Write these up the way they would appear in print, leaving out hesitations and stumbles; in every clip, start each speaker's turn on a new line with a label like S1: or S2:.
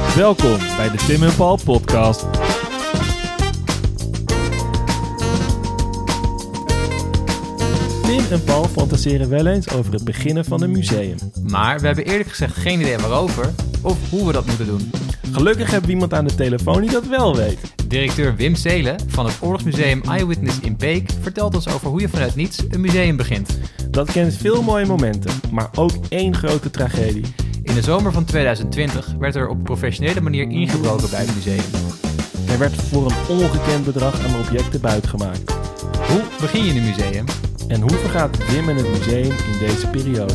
S1: Welkom bij de Tim en Paul podcast. Tim en Paul fantaseren wel eens over het beginnen van een museum.
S2: Maar we hebben eerlijk gezegd geen idee waarover of hoe we dat moeten doen.
S1: Gelukkig hebben we iemand aan de telefoon die dat wel weet.
S2: Directeur Wim Seelen van het Oorlogsmuseum Eyewitness in Beek vertelt ons over hoe je vanuit niets een museum begint.
S1: Dat kent veel mooie momenten, maar ook één grote tragedie.
S2: In de zomer van 2020 werd er op professionele manier ingebroken bij het museum.
S1: Er werd voor een ongekend bedrag aan objecten buitgemaakt.
S2: Hoe begin je een museum?
S1: En hoe vergaat Wim en het museum in deze periode?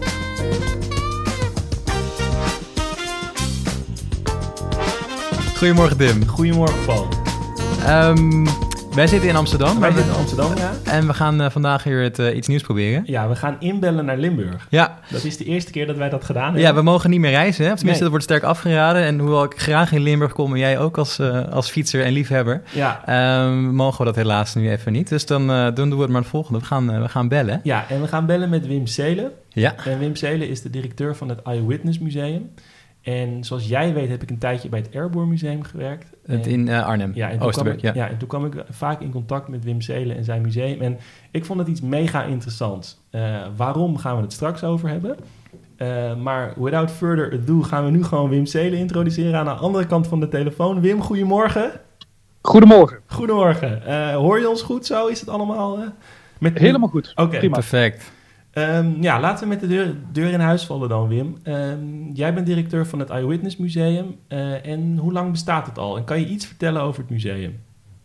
S2: Goedemorgen Tim.
S1: Goedemorgen Paul.
S2: Wij zitten in Amsterdam.
S1: Wij zitten in Amsterdam, ja.
S2: En we gaan vandaag weer iets nieuws proberen.
S1: Ja, we gaan inbellen naar Limburg.
S2: Ja.
S1: Dat is de eerste keer dat wij dat gedaan hebben.
S2: Ja, we mogen niet meer reizen. Hè? Tenminste,
S1: Nee.
S2: dat wordt sterk afgeraden. En hoewel ik graag in Limburg kom en jij ook als fietser en liefhebber, mogen we dat helaas nu even niet. Dus dan doen we het maar het volgende. We gaan bellen.
S1: Ja, en we gaan bellen met Wim Seelen.
S2: Ja.
S1: En Wim Seelen is de directeur van het Eyewitness Museum. En zoals jij weet heb ik een tijdje bij het Airborne Museum gewerkt.
S2: In Arnhem,
S1: ja, en
S2: Oosterbeek.
S1: En toen kwam ik vaak in contact met Wim Seelen en zijn museum. En ik vond het iets mega interessants. Waarom gaan we het straks over hebben? Maar without further ado gaan we nu gewoon Wim Seelen introduceren aan de andere kant van de telefoon. Wim, goedemorgen.
S3: Goedemorgen.
S1: Goedemorgen. Hoor je ons goed zo? Is het allemaal...
S3: Helemaal goed.
S1: Oké,
S3: prima.
S2: Perfect.
S1: Laten we met de deur in huis vallen dan, Wim. Jij bent directeur van het Eyewitness Museum. En hoe lang bestaat het al? En kan je iets vertellen over het museum?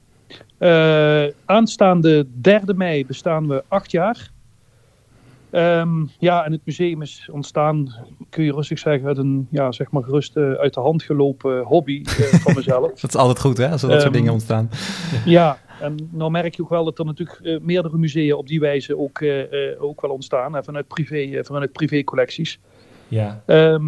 S3: Aanstaande 3 mei bestaan we 8 jaar. En het museum is ontstaan, kun je rustig zeggen, uit een gerust uit de hand gelopen hobby van mezelf.
S2: Dat is altijd goed, hè, als er dat soort dingen ontstaan.
S3: Ja, en nou merk je ook wel dat er natuurlijk meerdere musea op die wijze ook wel ontstaan, hè, vanuit privécollecties.
S1: Ja.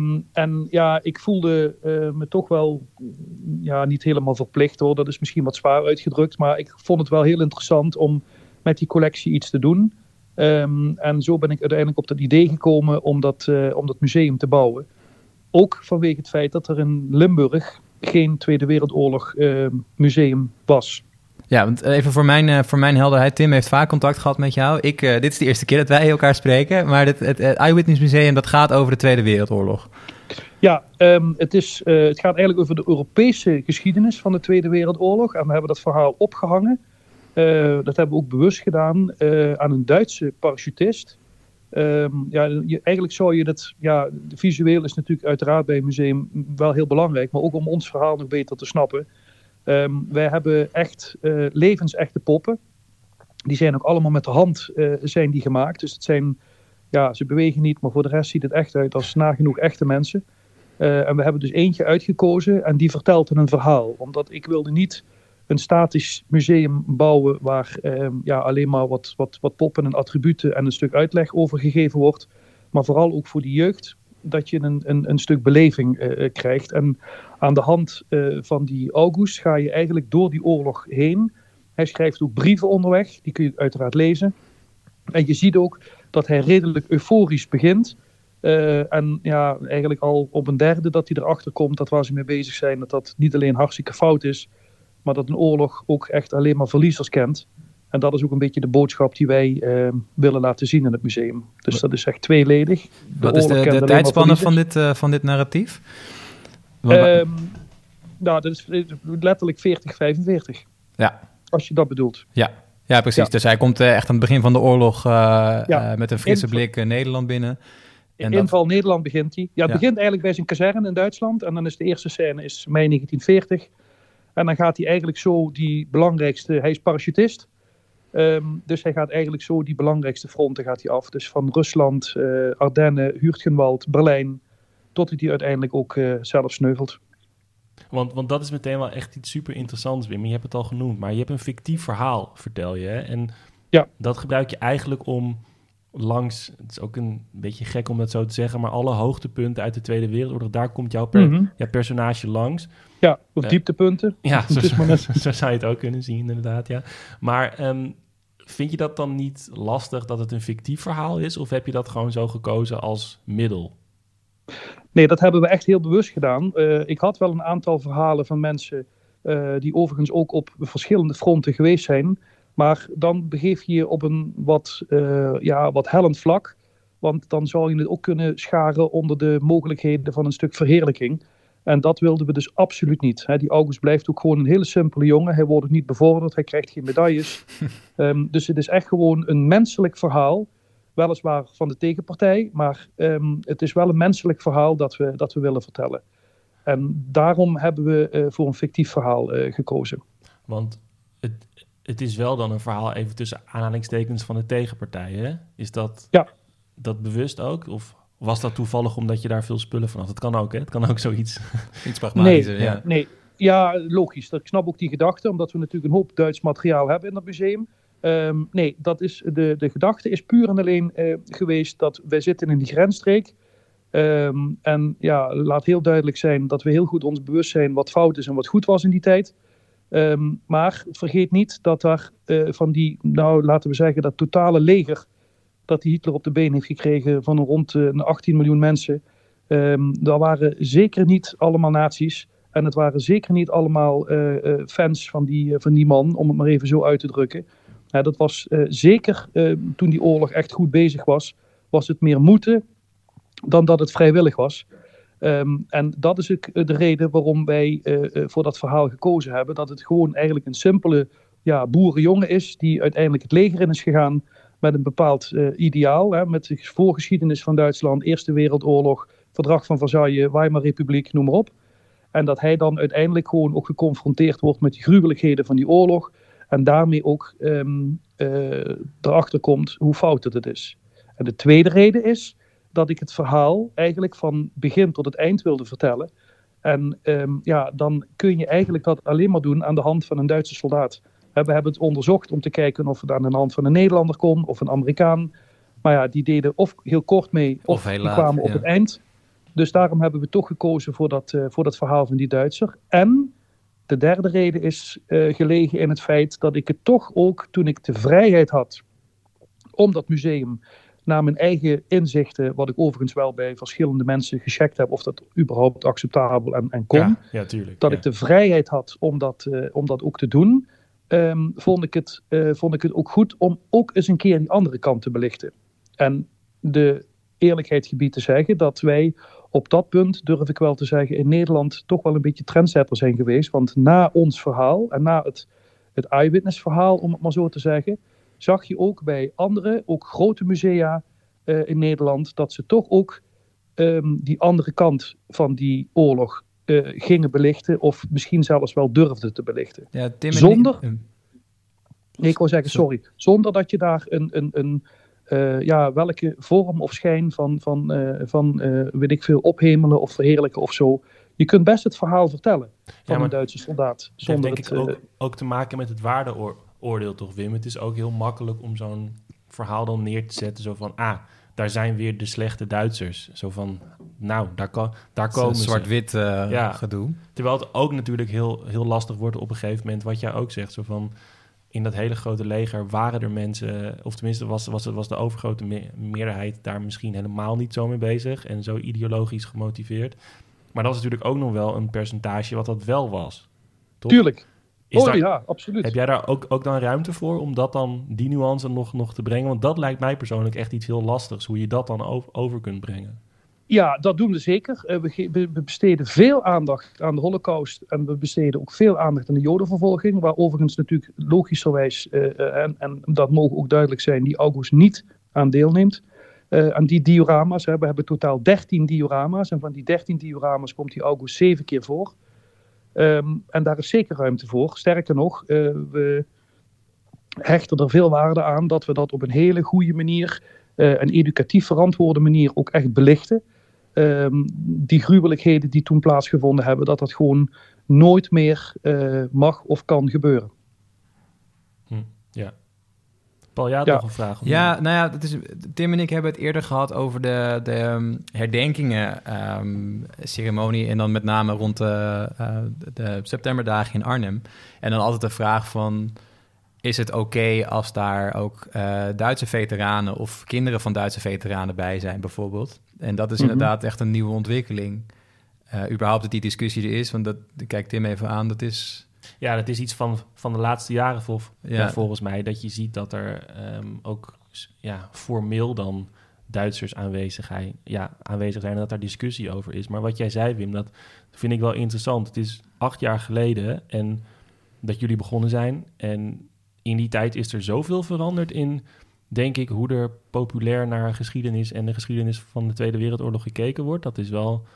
S3: Ik voelde me toch wel niet helemaal verplicht hoor. Dat is misschien wat zwaar uitgedrukt. Maar ik vond het wel heel interessant om met die collectie iets te doen. En zo ben ik uiteindelijk op dat idee gekomen om dat museum te bouwen. Ook vanwege het feit dat er in Limburg geen Tweede Wereldoorlog museum was.
S2: Ja, want even voor mijn helderheid. Tim heeft vaak contact gehad met jou. Dit is de eerste keer dat wij elkaar spreken. Maar het Eyewitness Museum, dat gaat over de Tweede Wereldoorlog.
S3: Ja, het gaat eigenlijk over de Europese geschiedenis van de Tweede Wereldoorlog. En we hebben dat verhaal opgehangen. Dat hebben we ook bewust gedaan aan een Duitse parachutist. Eigenlijk zou je dat... Ja, visueel is natuurlijk uiteraard bij een museum wel heel belangrijk. Maar ook om ons verhaal nog beter te snappen. Wij hebben echt levensechte poppen. Die zijn ook allemaal met de hand zijn die gemaakt. Dus het zijn, ze bewegen niet, maar voor de rest ziet het echt uit als nagenoeg echte mensen. En we hebben dus eentje uitgekozen en die vertelt een verhaal. Omdat ik wilde niet een statisch museum bouwen waar alleen maar wat poppen en attributen en een stuk uitleg over gegeven wordt. Maar vooral ook voor die jeugd. Dat je een stuk beleving krijgt. En aan de hand van die August ga je eigenlijk door die oorlog heen. Hij schrijft ook brieven onderweg, die kun je uiteraard lezen. En je ziet ook dat hij redelijk euforisch begint. Eigenlijk al op een derde dat hij erachter komt dat waar ze mee bezig zijn, dat niet alleen hartstikke fout is, maar dat een oorlog ook echt alleen maar verliezers kent. En dat is ook een beetje de boodschap die wij willen laten zien in het museum. Dus dat is echt tweeledig.
S2: Wat is de tijdspanne van dit narratief?
S3: Dat is letterlijk 40-45.
S2: Ja.
S3: Als je dat bedoelt.
S2: Ja, precies. Ja. Dus hij komt echt aan het begin van de oorlog met een frisse blik Nederland binnen.
S3: Inval Nederland begint hij. Ja, het begint eigenlijk bij zijn kazerne in Duitsland. En dan is de eerste scène mei 1940. En dan gaat hij eigenlijk zo die belangrijkste... Hij is parachutist. Dus hij gaat eigenlijk zo die belangrijkste fronten gaat hij af. Dus van Rusland, Ardennen, Hurtgenwald, Berlijn... tot hij uiteindelijk ook zelf sneuvelt.
S1: Want dat is meteen wel echt iets super interessants, Wim. Je hebt het al genoemd, maar je hebt een fictief verhaal, vertel je. Hè? En dat gebruik je eigenlijk om langs... Het is ook een beetje gek om dat zo te zeggen... maar alle hoogtepunten uit de Tweede Wereldoorlog... daar komt jouw personage langs.
S3: Ja, of dieptepunten.
S1: Ja, zo zou je het ook kunnen zien, inderdaad. Ja. Maar vind je dat dan niet lastig dat het een fictief verhaal is? Of heb je dat gewoon zo gekozen als middel?
S3: Nee, dat hebben we echt heel bewust gedaan. Ik had wel een aantal verhalen van mensen die overigens ook op verschillende fronten geweest zijn. Maar dan begeef je je op een wat hellend vlak. Want dan zou je het ook kunnen scharen onder de mogelijkheden van een stuk verheerlijking. En dat wilden we dus absoluut niet. Die August blijft ook gewoon een hele simpele jongen. Hij wordt ook niet bevorderd, hij krijgt geen medailles. Dus het is echt gewoon een menselijk verhaal. Weliswaar van de tegenpartij, maar het is wel een menselijk verhaal dat we willen vertellen. En daarom hebben we voor een fictief verhaal gekozen.
S1: Want het is wel dan een verhaal even tussen aanhalingstekens van de tegenpartij, hè? Is dat, dat bewust ook? Of was dat toevallig omdat je daar veel spullen van had? Het kan ook, hè? Het kan ook zoiets.
S2: Iets pragmatischer,
S3: ja. Nee. Ja, logisch. Ik snap ook die gedachte, omdat we natuurlijk een hoop Duits materiaal hebben in het museum. Nee, dat is de gedachte is puur en alleen geweest dat wij zitten in die grensstreek. En ja, laat heel duidelijk zijn dat we heel goed ons bewust zijn wat fout is en wat goed was in die tijd. Maar vergeet niet dat daar van die, laten we zeggen, dat totale leger dat die Hitler op de been heeft gekregen van rond 18 miljoen mensen. Dat waren zeker niet allemaal nazi's. En het waren zeker niet allemaal fans van die man, om het maar even zo uit te drukken. Dat was zeker toen die oorlog echt goed bezig was het meer moeten dan dat het vrijwillig was. En dat is ook de reden waarom wij voor dat verhaal gekozen hebben. Dat het gewoon eigenlijk een simpele boerenjongen is die uiteindelijk het leger in is gegaan met een bepaald ideaal. Met de voorgeschiedenis van Duitsland, Eerste Wereldoorlog, Verdrag van Versailles, Weimarrepubliek, noem maar op. En dat hij dan uiteindelijk gewoon ook geconfronteerd wordt met de gruwelijkheden van die oorlog. En daarmee ook erachter komt hoe fout het is. En de tweede reden is dat ik het verhaal eigenlijk van begin tot het eind wilde vertellen. En dan kun je eigenlijk dat alleen maar doen aan de hand van een Duitse soldaat. We hebben het onderzocht om te kijken of het aan de hand van een Nederlander kon of een Amerikaan. Maar ja, die deden of heel kort mee of die kwamen op het eind. Dus daarom hebben we toch gekozen voor dat verhaal van die Duitser. En de derde reden is gelegen in het feit dat ik het toch ook, toen ik de vrijheid had om dat museum naar mijn eigen inzichten, wat ik overigens wel bij verschillende mensen gecheckt heb of dat überhaupt acceptabel en kon.
S1: Ja, tuurlijk.
S3: Dat ik de vrijheid had om dat ook te doen, vond ik het ook goed om ook eens een keer die andere kant te belichten. En de eerlijkheid gebied te zeggen dat wij op dat punt, durf ik wel te zeggen, in Nederland toch wel een beetje trendsetter zijn geweest. Want na ons verhaal en na het eyewitness verhaal, om het maar zo te zeggen, zag je ook bij andere, ook grote musea in Nederland, dat ze toch ook die andere kant van die oorlog gingen belichten. Of misschien zelfs wel durfden te belichten. Ja, zonder dat je daar welke vorm of schijn van weet ik veel, ophemelen of verheerlijken of zo. Je kunt best het verhaal vertellen van een Duitse soldaat.
S1: Het heeft denk ik ook te maken met het waardeoordeel toch, Wim? Het is ook heel makkelijk om zo'n verhaal dan neer te zetten. Zo van, daar zijn weer de slechte Duitsers. Zo van, daar komen ze.
S2: Zwart-wit gedoe.
S1: Terwijl het ook natuurlijk heel, heel lastig wordt op een gegeven moment, wat jij ook zegt. Zo van, in dat hele grote leger waren er mensen, of tenminste was de overgrote meerderheid daar misschien helemaal niet zo mee bezig en zo ideologisch gemotiveerd. Maar dat is natuurlijk ook nog wel een percentage wat dat wel was. Toch?
S3: Tuurlijk. Ja, absoluut.
S1: Heb jij daar ook dan ruimte voor om dat dan, die nuance nog te brengen? Want dat lijkt mij persoonlijk echt iets heel lastigs, hoe je dat dan over kunt brengen.
S3: Ja, dat doen we zeker. We besteden veel aandacht aan de Holocaust en we besteden ook veel aandacht aan de Jodenvervolging, waar overigens natuurlijk logischerwijs, en dat mogen ook duidelijk zijn, die August niet aan deelneemt. Aan die diorama's. We hebben totaal 13 diorama's en van die 13 diorama's komt die August 7 keer voor. En daar is zeker ruimte voor. Sterker nog, we hechten er veel waarde aan dat we dat op een hele goede manier, een educatief verantwoorde manier ook echt belichten. Die gruwelijkheden die toen plaatsgevonden hebben, dat gewoon nooit meer mag of kan gebeuren.
S1: Ja. Paul, jij had nog een vraag?
S2: Tim en ik hebben het eerder gehad over de herdenkingen ceremonie en dan met name rond de septemberdagen in Arnhem. En dan altijd de vraag van, is het oké als daar ook Duitse veteranen of kinderen van Duitse veteranen bij zijn bijvoorbeeld? En dat is inderdaad echt een nieuwe ontwikkeling. Überhaupt dat die discussie er is, want dat kijkt Tim even aan, dat is...
S1: Ja, dat is iets van de laatste jaren volgens mij, dat je ziet dat er ook formeel dan Duitsers aanwezig zijn en dat daar discussie over is. Maar wat jij zei, Wim, dat vind ik wel interessant. Het is 8 jaar geleden en dat jullie begonnen zijn. En in die tijd is er zoveel veranderd in, denk ik, hoe er populair naar geschiedenis en de geschiedenis van de Tweede Wereldoorlog gekeken wordt. Dat is wel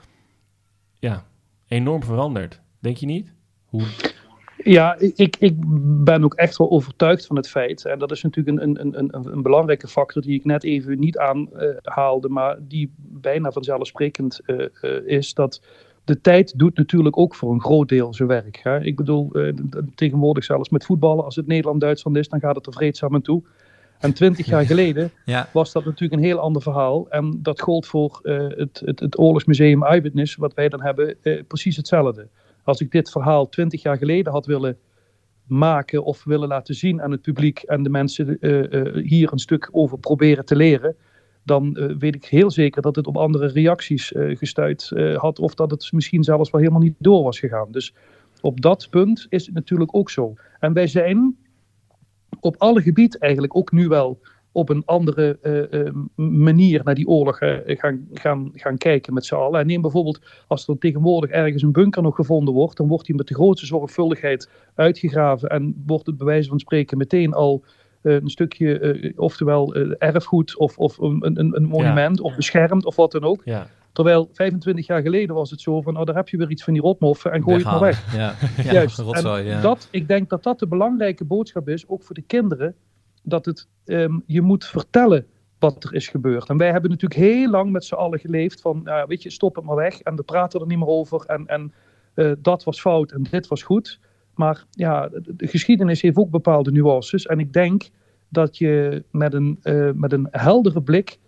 S1: enorm veranderd. Denk je niet? Hoe...
S3: Ja, ik ben ook echt wel overtuigd van het feit, en dat is natuurlijk een belangrijke factor die ik net even niet aanhaalde, maar die bijna vanzelfsprekend is, dat de tijd doet natuurlijk ook voor een groot deel zijn werk. Hè? Ik bedoel, tegenwoordig zelfs met voetballen, als het Nederland-Duitsland is, dan gaat het er vreedzaam aan toe. En 20 jaar geleden was dat natuurlijk een heel ander verhaal. En dat gold voor het Oorlogsmuseum Eyewitness, wat wij dan hebben, precies hetzelfde. Als ik dit verhaal 20 jaar geleden had willen maken of willen laten zien aan het publiek en de mensen hier een stuk over proberen te leren, dan weet ik heel zeker dat het op andere reacties gestuit had of dat het misschien zelfs wel helemaal niet door was gegaan. Dus op dat punt is het natuurlijk ook zo. En wij zijn op alle gebieden eigenlijk ook nu wel op een andere manier naar die oorlog gaan kijken met z'n allen. En neem bijvoorbeeld, als er tegenwoordig ergens een bunker nog gevonden wordt, dan wordt die met de grootste zorgvuldigheid uitgegraven en wordt het bij wijze van spreken meteen al een stukje, oftewel erfgoed of een monument of beschermd of wat dan ook.
S1: Ja.
S3: Terwijl 25 jaar geleden was het zo van, daar heb je weer iets van die rotmoffen en gooi het maar weg.
S2: Ja.
S3: Juist.
S2: Rotzooi,
S3: en ik denk dat dat de belangrijke boodschap is, ook voor de kinderen, dat je moet vertellen wat er is gebeurd. En wij hebben natuurlijk heel lang met z'n allen geleefd van, weet je, stop het maar weg en we praten er niet meer over en dat was fout en dit was goed. Maar ja, de geschiedenis heeft ook bepaalde nuances en ik denk dat je met een heldere blik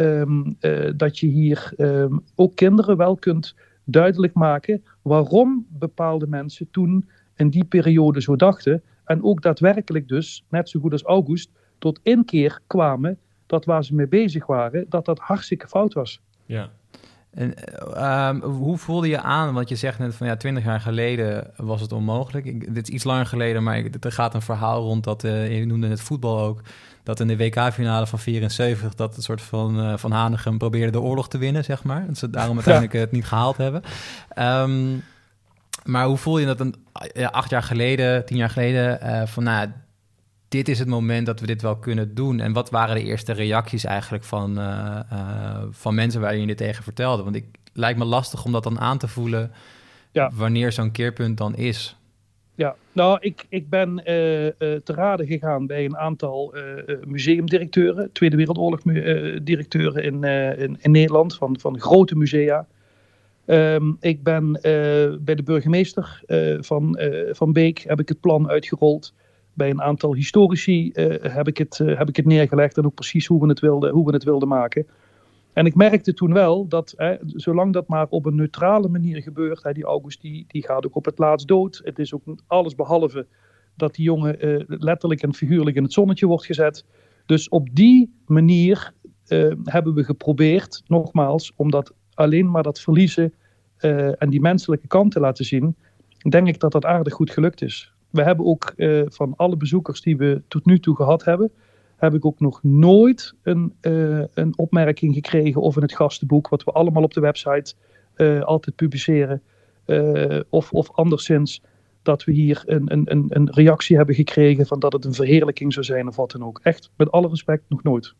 S3: dat je hier ook kinderen wel kunt duidelijk maken waarom bepaalde mensen toen in die periode zo dachten en ook daadwerkelijk dus, net zo goed als August, tot inkeer kwamen dat waar ze mee bezig waren, dat hartstikke fout was.
S1: Ja.
S2: En hoe voelde je aan? Want je zegt net van 20 jaar geleden was het onmogelijk. Dit is iets langer geleden, maar er gaat een verhaal rond dat, je noemde het voetbal ook, dat in de WK-finale van 74 dat een soort van Hanegem probeerde de oorlog te winnen, zeg maar. En ze daarom uiteindelijk het niet gehaald hebben. Maar hoe voel je dat 8 jaar geleden, 10 jaar geleden, dit is het moment dat we dit wel kunnen doen? En wat waren de eerste reacties eigenlijk van mensen waar je dit tegen vertelde? Want het lijkt me lastig om dat dan aan te voelen wanneer zo'n keerpunt dan is.
S3: Ja, nou, ik ben te raden gegaan bij een aantal museumdirecteuren, Tweede Wereldoorlog directeuren in Nederland, van grote musea. Ik ben bij de burgemeester van Beek heb ik het plan uitgerold. Bij een aantal historici heb ik het neergelegd en ook precies hoe we het wilden maken. En ik merkte toen wel dat, zolang dat maar op een neutrale manier gebeurt, die August die gaat ook op het laatst dood. Het is ook alles behalve dat die jongen letterlijk en figuurlijk in het zonnetje wordt gezet. Dus op die manier hebben we geprobeerd, nogmaals, om dat alleen maar dat verliezen en die menselijke kant te laten zien, denk ik dat dat aardig goed gelukt is. We hebben ook van alle bezoekers die we tot nu toe gehad hebben, heb ik ook nog nooit een opmerking gekregen of in het gastenboek, wat we allemaal op de website altijd publiceren, of anderszins dat we hier een reactie hebben gekregen van dat het een verheerlijking zou zijn of wat dan ook. Echt, met alle respect, nog nooit.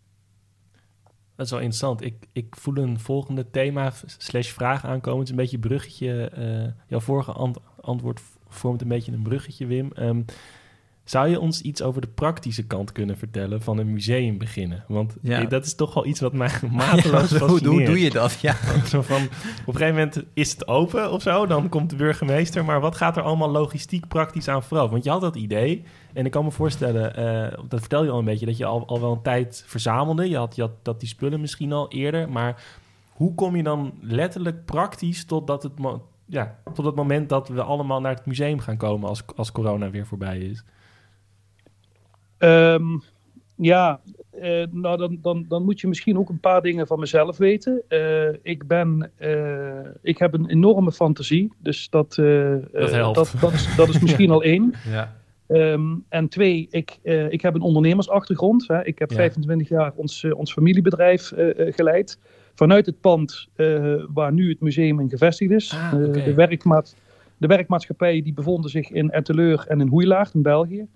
S1: Dat is wel interessant. Ik voel een volgende thema/vraag aankomen. Het is een beetje een bruggetje. Jouw vorige antwoord vormt een beetje een bruggetje, Wim. Zou je ons iets over de praktische kant kunnen vertellen van een museum beginnen? Want dat is toch wel iets wat mij mateloos fascineert.
S2: Hoe doe je dat? Ja.
S1: Zo van, op een gegeven moment is het open of zo, dan komt de burgemeester. Maar wat gaat er allemaal logistiek praktisch aan vooraf? Want je had dat idee en ik kan me voorstellen, dat vertel je al een beetje, dat je al wel een tijd verzamelde. Je had dat die spullen misschien al eerder. Maar hoe kom je dan letterlijk praktisch tot het moment dat we allemaal naar het museum gaan komen als corona weer voorbij is?
S3: Nou, dan moet je misschien ook een paar dingen van mezelf weten. Ik heb een enorme fantasie, dus dat helpt. Dat is misschien al 1.
S2: Ja.
S3: En 2, ik heb een ondernemersachtergrond. Hè. Ik heb 25 jaar ons familiebedrijf geleid. Vanuit het pand waar nu het museum in gevestigd is.
S2: Okay.
S3: De werkmaatschappijen die bevonden zich in Etteleur en in Hoeilaart in België.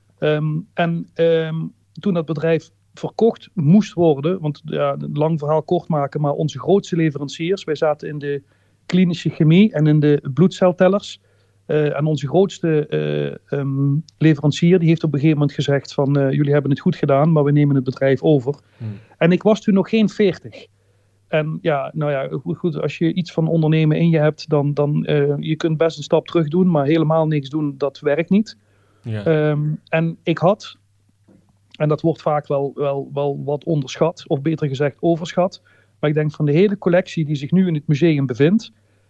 S3: Toen dat bedrijf verkocht moest worden, want lang verhaal kort maken, maar onze grootste leveranciers, wij zaten in de klinische chemie en in de bloedceltellers. En onze grootste leverancier, die heeft op een gegeven moment gezegd van jullie hebben het goed gedaan, maar we nemen het bedrijf over. En ik was toen nog geen 40. En goed, als je iets van ondernemen in je hebt, dan je kunt best een stap terug doen, maar helemaal niks doen, dat werkt niet. Ja. En ik had, en dat wordt vaak wel wat onderschat, of beter gezegd overschat, maar ik denk van de hele collectie die zich nu in het museum bevindt,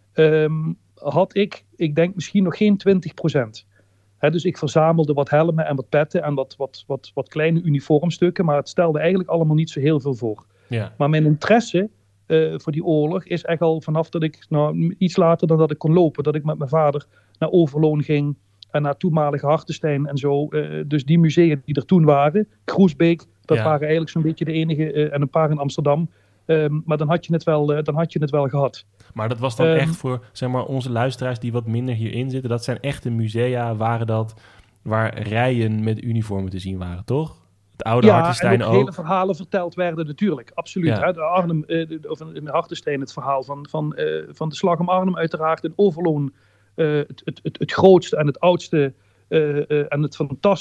S3: had ik denk misschien nog geen 20%. Dus ik verzamelde wat helmen en wat petten en wat kleine uniformstukken, maar het stelde eigenlijk allemaal niet zo heel veel voor. Ja. Maar mijn interesse voor die oorlog is echt al vanaf dat ik, iets later dan dat ik kon lopen, dat ik met mijn vader naar Overloon ging en naar toenmalige Hartenstein en zo. Dus die musea die er toen waren, Groesbeek, dat waren eigenlijk zo'n beetje de enige, en een paar in Amsterdam. Maar dan had je het wel gehad.
S1: Maar dat was dan echt voor, zeg maar, onze luisteraars die wat minder hierin zitten. Dat zijn echte musea, waar rijen met uniformen te zien waren, toch? Het oude Hartenstein
S3: en ook. Hele verhalen verteld werden natuurlijk, absoluut. Ja. De Arnhem, of in Hartenstein het verhaal van de slag om Arnhem uiteraard. In Overloon het grootste en het oudste en het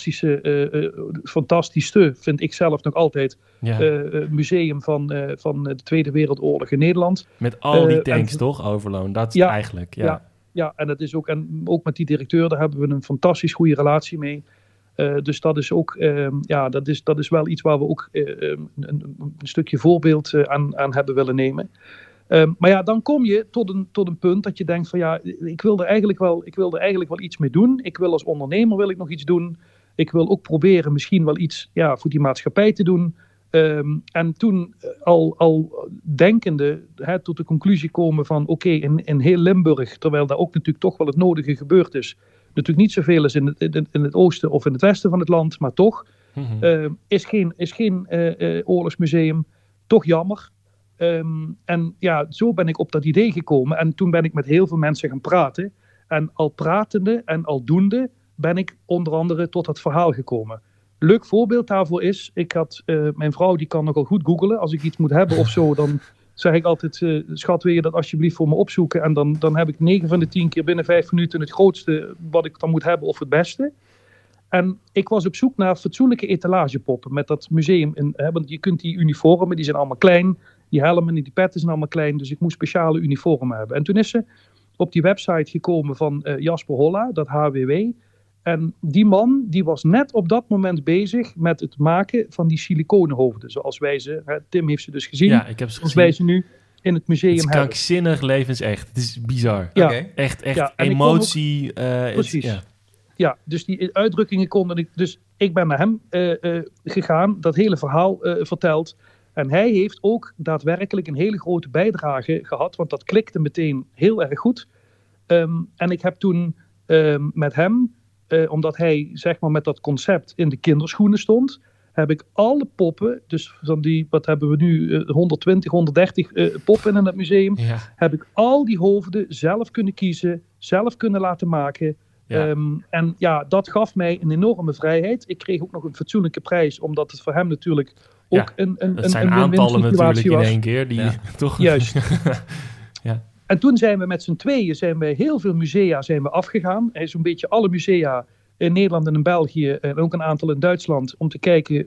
S3: fantastischste, vind ik zelf nog altijd, museum van de Tweede Wereldoorlog in Nederland.
S1: Met al die tanks, toch, Overloon? Dat is eigenlijk,
S3: Ja, en dat is ook, en ook met die directeur, daar hebben we een fantastisch goede relatie mee. Dus dat is ook, dat is wel iets waar we ook een stukje voorbeeld aan hebben willen nemen. Maar ja, dan kom je tot een punt dat je denkt van ik wil er eigenlijk wel iets mee doen. Ik wil als ondernemer nog iets doen. Ik wil ook proberen misschien wel iets voor die maatschappij te doen. En toen al denkende tot de conclusie komen van oké, in heel Limburg, terwijl daar ook natuurlijk toch wel het nodige gebeurd is. Natuurlijk niet zoveel als in het oosten of in het westen van het land, maar toch is geen oorlogsmuseum. Toch jammer. En zo ben ik op dat idee gekomen. En toen ben ik met heel veel mensen gaan praten. En al pratende en al doende ben ik onder andere tot het verhaal gekomen. Leuk voorbeeld daarvoor is, ik had mijn vrouw, die kan nogal goed googlen. Als ik iets moet hebben of zo, dan zeg ik altijd, schat, wil je dat alsjeblieft voor me opzoeken? En dan heb ik 9 van de 10 keer binnen 5 minuten het grootste wat ik dan moet hebben of het beste. En ik was op zoek naar fatsoenlijke etalagepoppen met dat museum. Want je kunt die uniformen, die zijn allemaal klein. Die helmen en die petten zijn allemaal klein. Dus ik moest speciale uniformen hebben. En toen is ze op die website gekomen van Jasper Holla, dat HWW. En die man, die was net op dat moment bezig met het maken van die siliconenhoofden. Zoals wij ze, Tim heeft ze dus gezien.
S1: Ja, ik heb ze
S3: zoals wij ze nu in het museum hebben.
S1: Het is krankzinnig levensecht. Het is bizar.
S3: Ja.
S1: Okay. Echt emotie.
S3: Precies. Ja, dus die uitdrukkingen konden ik. Dus ik ben naar hem gegaan, dat hele verhaal verteld. En hij heeft ook daadwerkelijk een hele grote bijdrage gehad, want dat klikte meteen heel erg goed. En ik heb toen met hem, omdat hij zeg maar met dat concept in de kinderschoenen stond, heb ik alle poppen, dus van die, wat hebben we nu, 120, 130 poppen in het museum, heb ik al die hoofden zelf kunnen kiezen, zelf kunnen laten maken. Ja. En dat gaf mij een enorme vrijheid. Ik kreeg ook nog een fatsoenlijke prijs, omdat het voor hem natuurlijk ook een
S1: aantallen natuurlijk in één keer. Toch?
S3: Juist. Ja. En toen zijn we met z'n tweeën heel veel musea afgegaan. Zo'n beetje alle musea in Nederland en in België en ook een aantal in Duitsland, om te kijken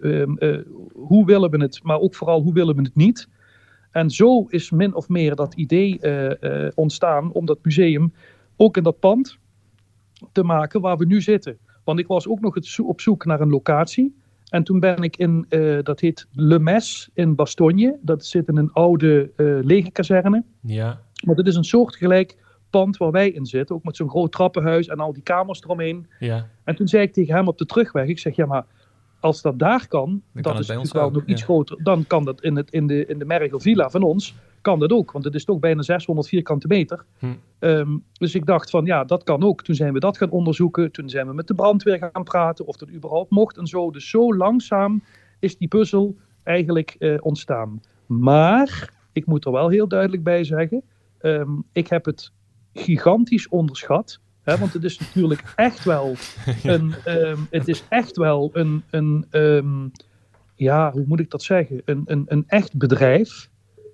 S3: hoe willen we het, maar ook vooral hoe willen we het niet. En zo is min of meer dat idee ontstaan om dat museum ook in dat pand te maken waar we nu zitten. Want ik was ook nog op zoek naar een locatie. En toen ben ik in, dat heet Le Mes in Bastogne. Dat zit in een oude legerkazerne.
S1: Ja.
S3: Maar dat is een soortgelijk pand waar wij in zitten. Ook met zo'n groot trappenhuis en al die kamers eromheen.
S1: Ja.
S3: En toen zei ik tegen hem op de terugweg. Ik zeg, maar als dat daar kan, dat is natuurlijk wel nog iets groter. Dan kan dat in de Mergel Villa van ons, kan dat ook. Want het is toch bijna 600 vierkante meter. Dus ik dacht van, ja, dat kan ook. Toen zijn we dat gaan onderzoeken. Toen zijn we met de brandweer gaan praten of dat überhaupt mocht en zo. Dus zo langzaam is die puzzel eigenlijk ontstaan. Maar, ik moet er wel heel duidelijk bij zeggen, ik heb het gigantisch onderschat. Hè, want het is natuurlijk echt wel ja, hoe moet ik dat zeggen? Een echt bedrijf.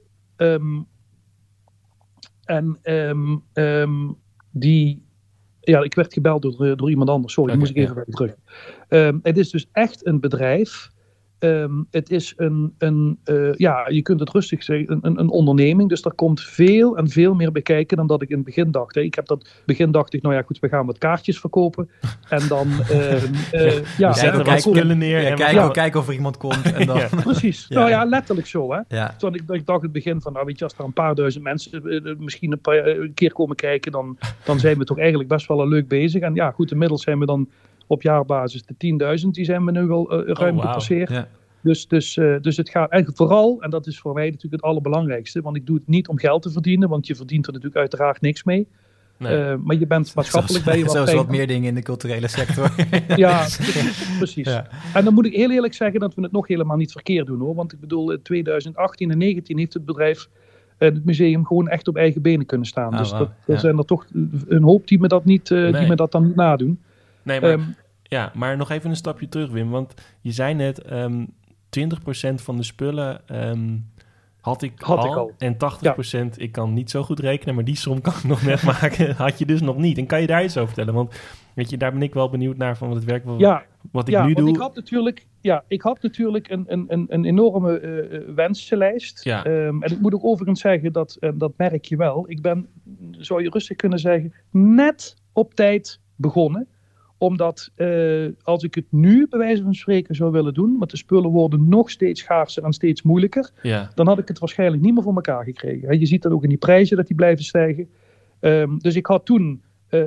S3: Ik werd gebeld door iemand anders. Sorry, moest ik even weer terug. Het is dus echt een bedrijf. Het is je kunt het rustig zeggen, een onderneming. Dus daar komt veel en veel meer bij kijken dan dat ik in het begin dacht. Dacht ik, nou ja goed, we gaan wat kaartjes verkopen. En dan
S2: spullen neer en kijken of er iemand komt. En dan...
S3: Precies. Ja. Nou ja, letterlijk zo. Hè. Ja. Toen ik dacht in het begin van, nou weet je, als er een paar duizend mensen misschien een keer komen kijken, dan zijn we toch eigenlijk best wel leuk bezig. En ja, goed, inmiddels zijn we dan op jaarbasis de 10.000, die zijn we nu wel ruim gepasseerd. Ja. Dus het gaat eigenlijk vooral, en dat is voor mij natuurlijk het allerbelangrijkste, want ik doe het niet om geld te verdienen, want je verdient er natuurlijk uiteraard niks mee. Nee. Maar je bent maatschappelijk bij je wat
S2: zoals wat meer dingen in de culturele sector.
S3: Ja, precies. Ja. En dan moet ik heel eerlijk zeggen dat we het nog helemaal niet verkeerd doen, hoor. Want ik bedoel, in 2018 en 2019 heeft het bedrijf, het museum, gewoon echt op eigen benen kunnen staan. Dus er zijn er toch een hoop die me dat dan niet nadoen.
S1: Nee, maar, maar nog even een stapje terug, Wim. Want je zei net, 20% van de spullen had ik al. En 80%, ik kan niet zo goed rekenen, maar die som kan ik nog net maken. Had je dus nog niet. En kan je daar iets over vertellen? Want weet je, daar ben ik wel benieuwd naar van het werk wat ik nu doe.
S3: Ik had natuurlijk een enorme wensenlijst. Ja. En ik moet ook overigens zeggen, dat merk je wel. Ik ben, zou je rustig kunnen zeggen, net op tijd begonnen. Omdat als ik het nu bij wijze van spreken zou willen doen, want de spullen worden nog steeds schaarser en steeds moeilijker, dan had ik het waarschijnlijk niet meer voor elkaar gekregen. Je ziet dat ook in die prijzen, dat die blijven stijgen. Dus ik had toen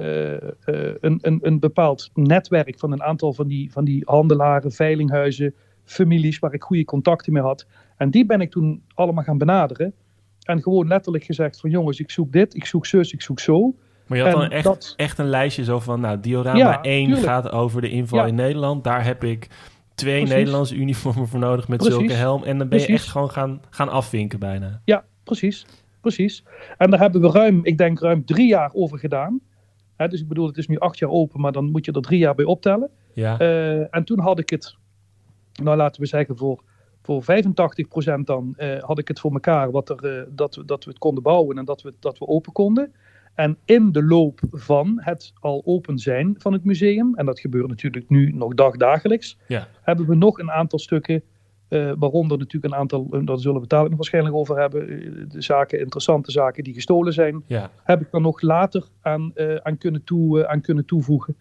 S3: een bepaald netwerk van een aantal van die handelaren, veilinghuizen, families waar ik goede contacten mee had. En die ben ik toen allemaal gaan benaderen. En gewoon letterlijk gezegd van jongens, ik zoek dit, ik zoek zus, ik zoek zo.
S1: Maar je had dan echt een lijstje zo van, nou, diorama 1 gaat over de inval in Nederland. Daar heb ik 2 Nederlandse uniformen voor nodig met zulke helm. En dan ben je echt gewoon gaan afvinken bijna.
S3: Ja, precies. En daar hebben we ruim 3 jaar over gedaan. Dus ik bedoel, het is nu 8 jaar open, maar dan moet je er 3 jaar bij optellen. Ja. En toen had ik het, nou laten we zeggen voor 85% dan had ik het voor elkaar dat we het konden bouwen en dat we open konden. En in de loop van het al open zijn van het museum, en dat gebeurt natuurlijk nu nog dagdagelijks, hebben we nog een aantal stukken, waaronder natuurlijk een aantal, daar zullen we het dadelijk nog waarschijnlijk over hebben, de interessante zaken die gestolen zijn, heb ik dan nog later aan kunnen toevoegen.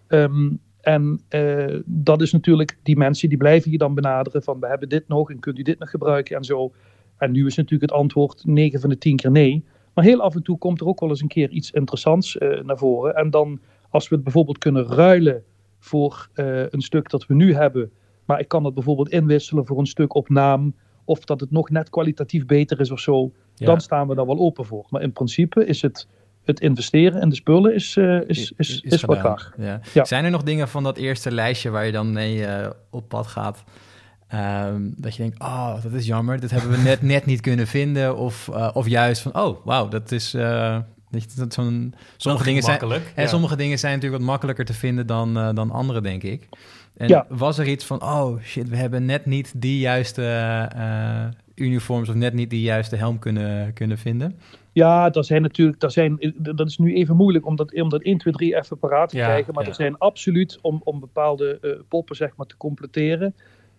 S3: Dat is natuurlijk, die mensen die blijven je dan benaderen van we hebben dit nog en kunt u dit nog gebruiken en zo. En nu is natuurlijk het antwoord 9 van de 10 keer nee. Maar heel af en toe komt er ook wel eens een keer iets interessants naar voren. En dan, als we het bijvoorbeeld kunnen ruilen voor een stuk dat we nu hebben, maar ik kan dat bijvoorbeeld inwisselen voor een stuk op naam, of dat het nog net kwalitatief beter is of zo, dan staan we daar wel open voor. Maar in principe is het investeren in de spullen is wat graag.
S2: Ja. Zijn er nog dingen van dat eerste lijstje waar je dan mee op pad gaat? Dat je denkt, dat is jammer, dat hebben we net niet kunnen vinden. Of juist van, wauw, dat is... Sommige dingen zijn natuurlijk wat makkelijker te vinden dan andere, denk ik. En was er iets van, we hebben net niet die juiste uniforms of net niet die juiste helm kunnen vinden?
S3: Ja, dat is nu even moeilijk om dat 1, 2, 3 even paraat te krijgen. Maar er zijn absoluut, om bepaalde poppen zeg maar te completeren,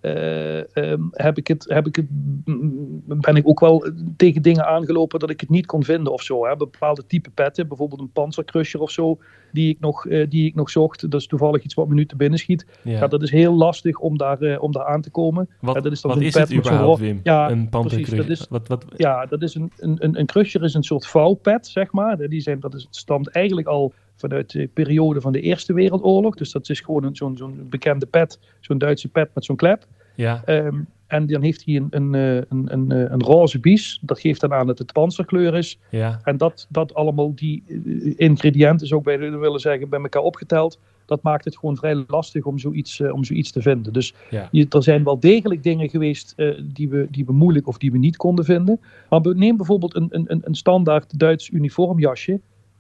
S3: ben ik ook wel tegen dingen aangelopen dat ik het niet kon vinden of zo. Hè. Bepaalde type petten, bijvoorbeeld een panzercrusher of zo, die ik nog zocht. Dat is toevallig iets wat me nu te binnen schiet. Ja, dat is heel lastig om daar aan te komen.
S1: Wat is het überhaupt, Wim?
S3: Ja,
S1: een panzercrusher?
S3: Dat is een crusher is een soort vouwpet, zeg maar. Dat stamt eigenlijk al vanuit de periode van de Eerste Wereldoorlog. Dus dat is gewoon zo'n bekende pet, zo'n Duitse pet met zo'n klep.
S1: Ja.
S3: En dan heeft hij een roze bies. Dat geeft dan aan dat het panzerkleur is.
S1: Ja.
S3: En dat allemaal, die ingrediënten, zou ik willen zeggen, bij elkaar opgeteld. Dat maakt het gewoon vrij lastig om zoiets te vinden. Dus er zijn wel degelijk dingen geweest die we moeilijk of die we niet konden vinden. Maar neem bijvoorbeeld een standaard Duits uniformjasje.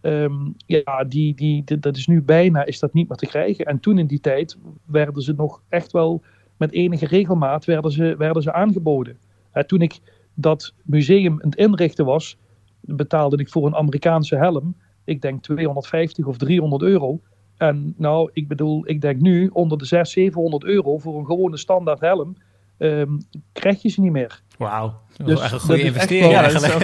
S3: Dat is nu bijna is dat niet meer te krijgen. En toen in die tijd werden ze nog echt wel met enige regelmaat werden ze aangeboden. Toen ik dat museum aan het inrichten was, betaalde ik voor een Amerikaanse helm, ik denk 250 of 300 euro. En nou, ik denk nu onder de 600, 700 euro voor een gewone standaard helm, krijg je ze niet meer.
S2: Wauw, dat
S3: dus
S2: is echt een goede investering eigenlijk.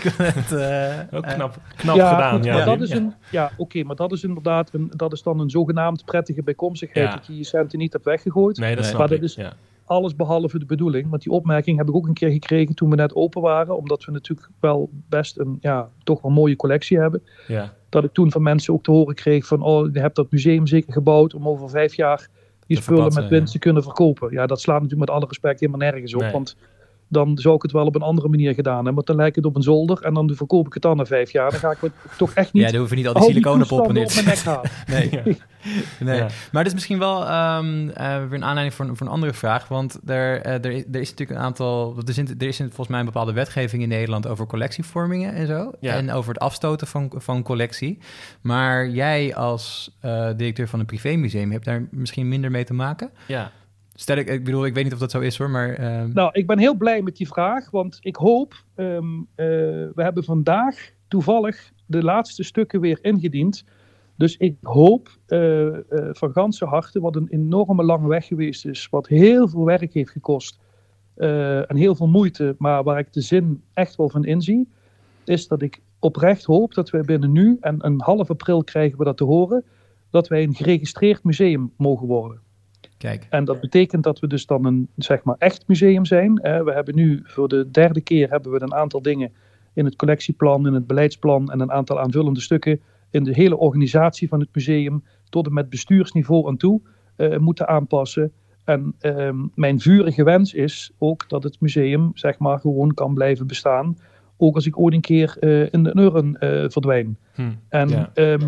S1: Ook knap gedaan.
S3: Goed, maar dat is maar dat is inderdaad dat is dan een zogenaamd prettige bijkomstigheid dat je je centen niet hebt weggegooid.
S1: Nee, dat snap ik.
S3: Dat is alles behalve de bedoeling. Want die opmerking heb ik ook een keer gekregen toen we net open waren, omdat we natuurlijk wel best een toch wel mooie collectie hebben.
S1: Ja.
S3: Dat ik toen van mensen ook te horen kreeg van, je hebt dat museum zeker gebouwd om over 5 jaar die spullen met winst te kunnen verkopen. Ja, dat slaat natuurlijk met alle respect helemaal nergens op. Want dan zou ik het wel op een andere manier gedaan hebben. Maar dan lijkt het op een zolder en dan verkoop ik het dan na 5 jaar. Dan ga ik het toch echt niet...
S2: Ja, dan hoeven niet al die siliconenpoppen
S3: op mijn nek halen.
S2: Nee. Ja. Maar dat is misschien wel weer een aanleiding voor een andere vraag. Want er is natuurlijk een aantal... Er is volgens mij een bepaalde wetgeving in Nederland over collectievormingen en zo. Ja. En over het afstoten van collectie. Maar jij als directeur van een privémuseum hebt daar misschien minder mee te maken?
S1: Ja.
S2: Ik bedoel, ik weet niet of dat zo is hoor, maar...
S3: Nou, ik ben heel blij met die vraag, want ik hoop... we hebben vandaag toevallig de laatste stukken weer ingediend. Dus ik hoop van ganse harte, wat een enorme lange weg geweest is, wat heel veel werk heeft gekost en heel veel moeite, maar waar ik de zin echt wel van inzie, is dat ik oprecht hoop dat we binnen nu, en een half april krijgen we dat te horen, dat wij een geregistreerd museum mogen worden.
S2: Kijk.
S3: En dat betekent dat we dus dan een echt museum zijn. We hebben nu voor de 3e keer hebben we een aantal dingen in het collectieplan, in het beleidsplan en een aantal aanvullende stukken in de hele organisatie van het museum tot en met bestuursniveau aan toe moeten aanpassen. En mijn vurige wens is ook dat het museum gewoon kan blijven bestaan. Ook als ik ooit een keer in de urn verdwijn. En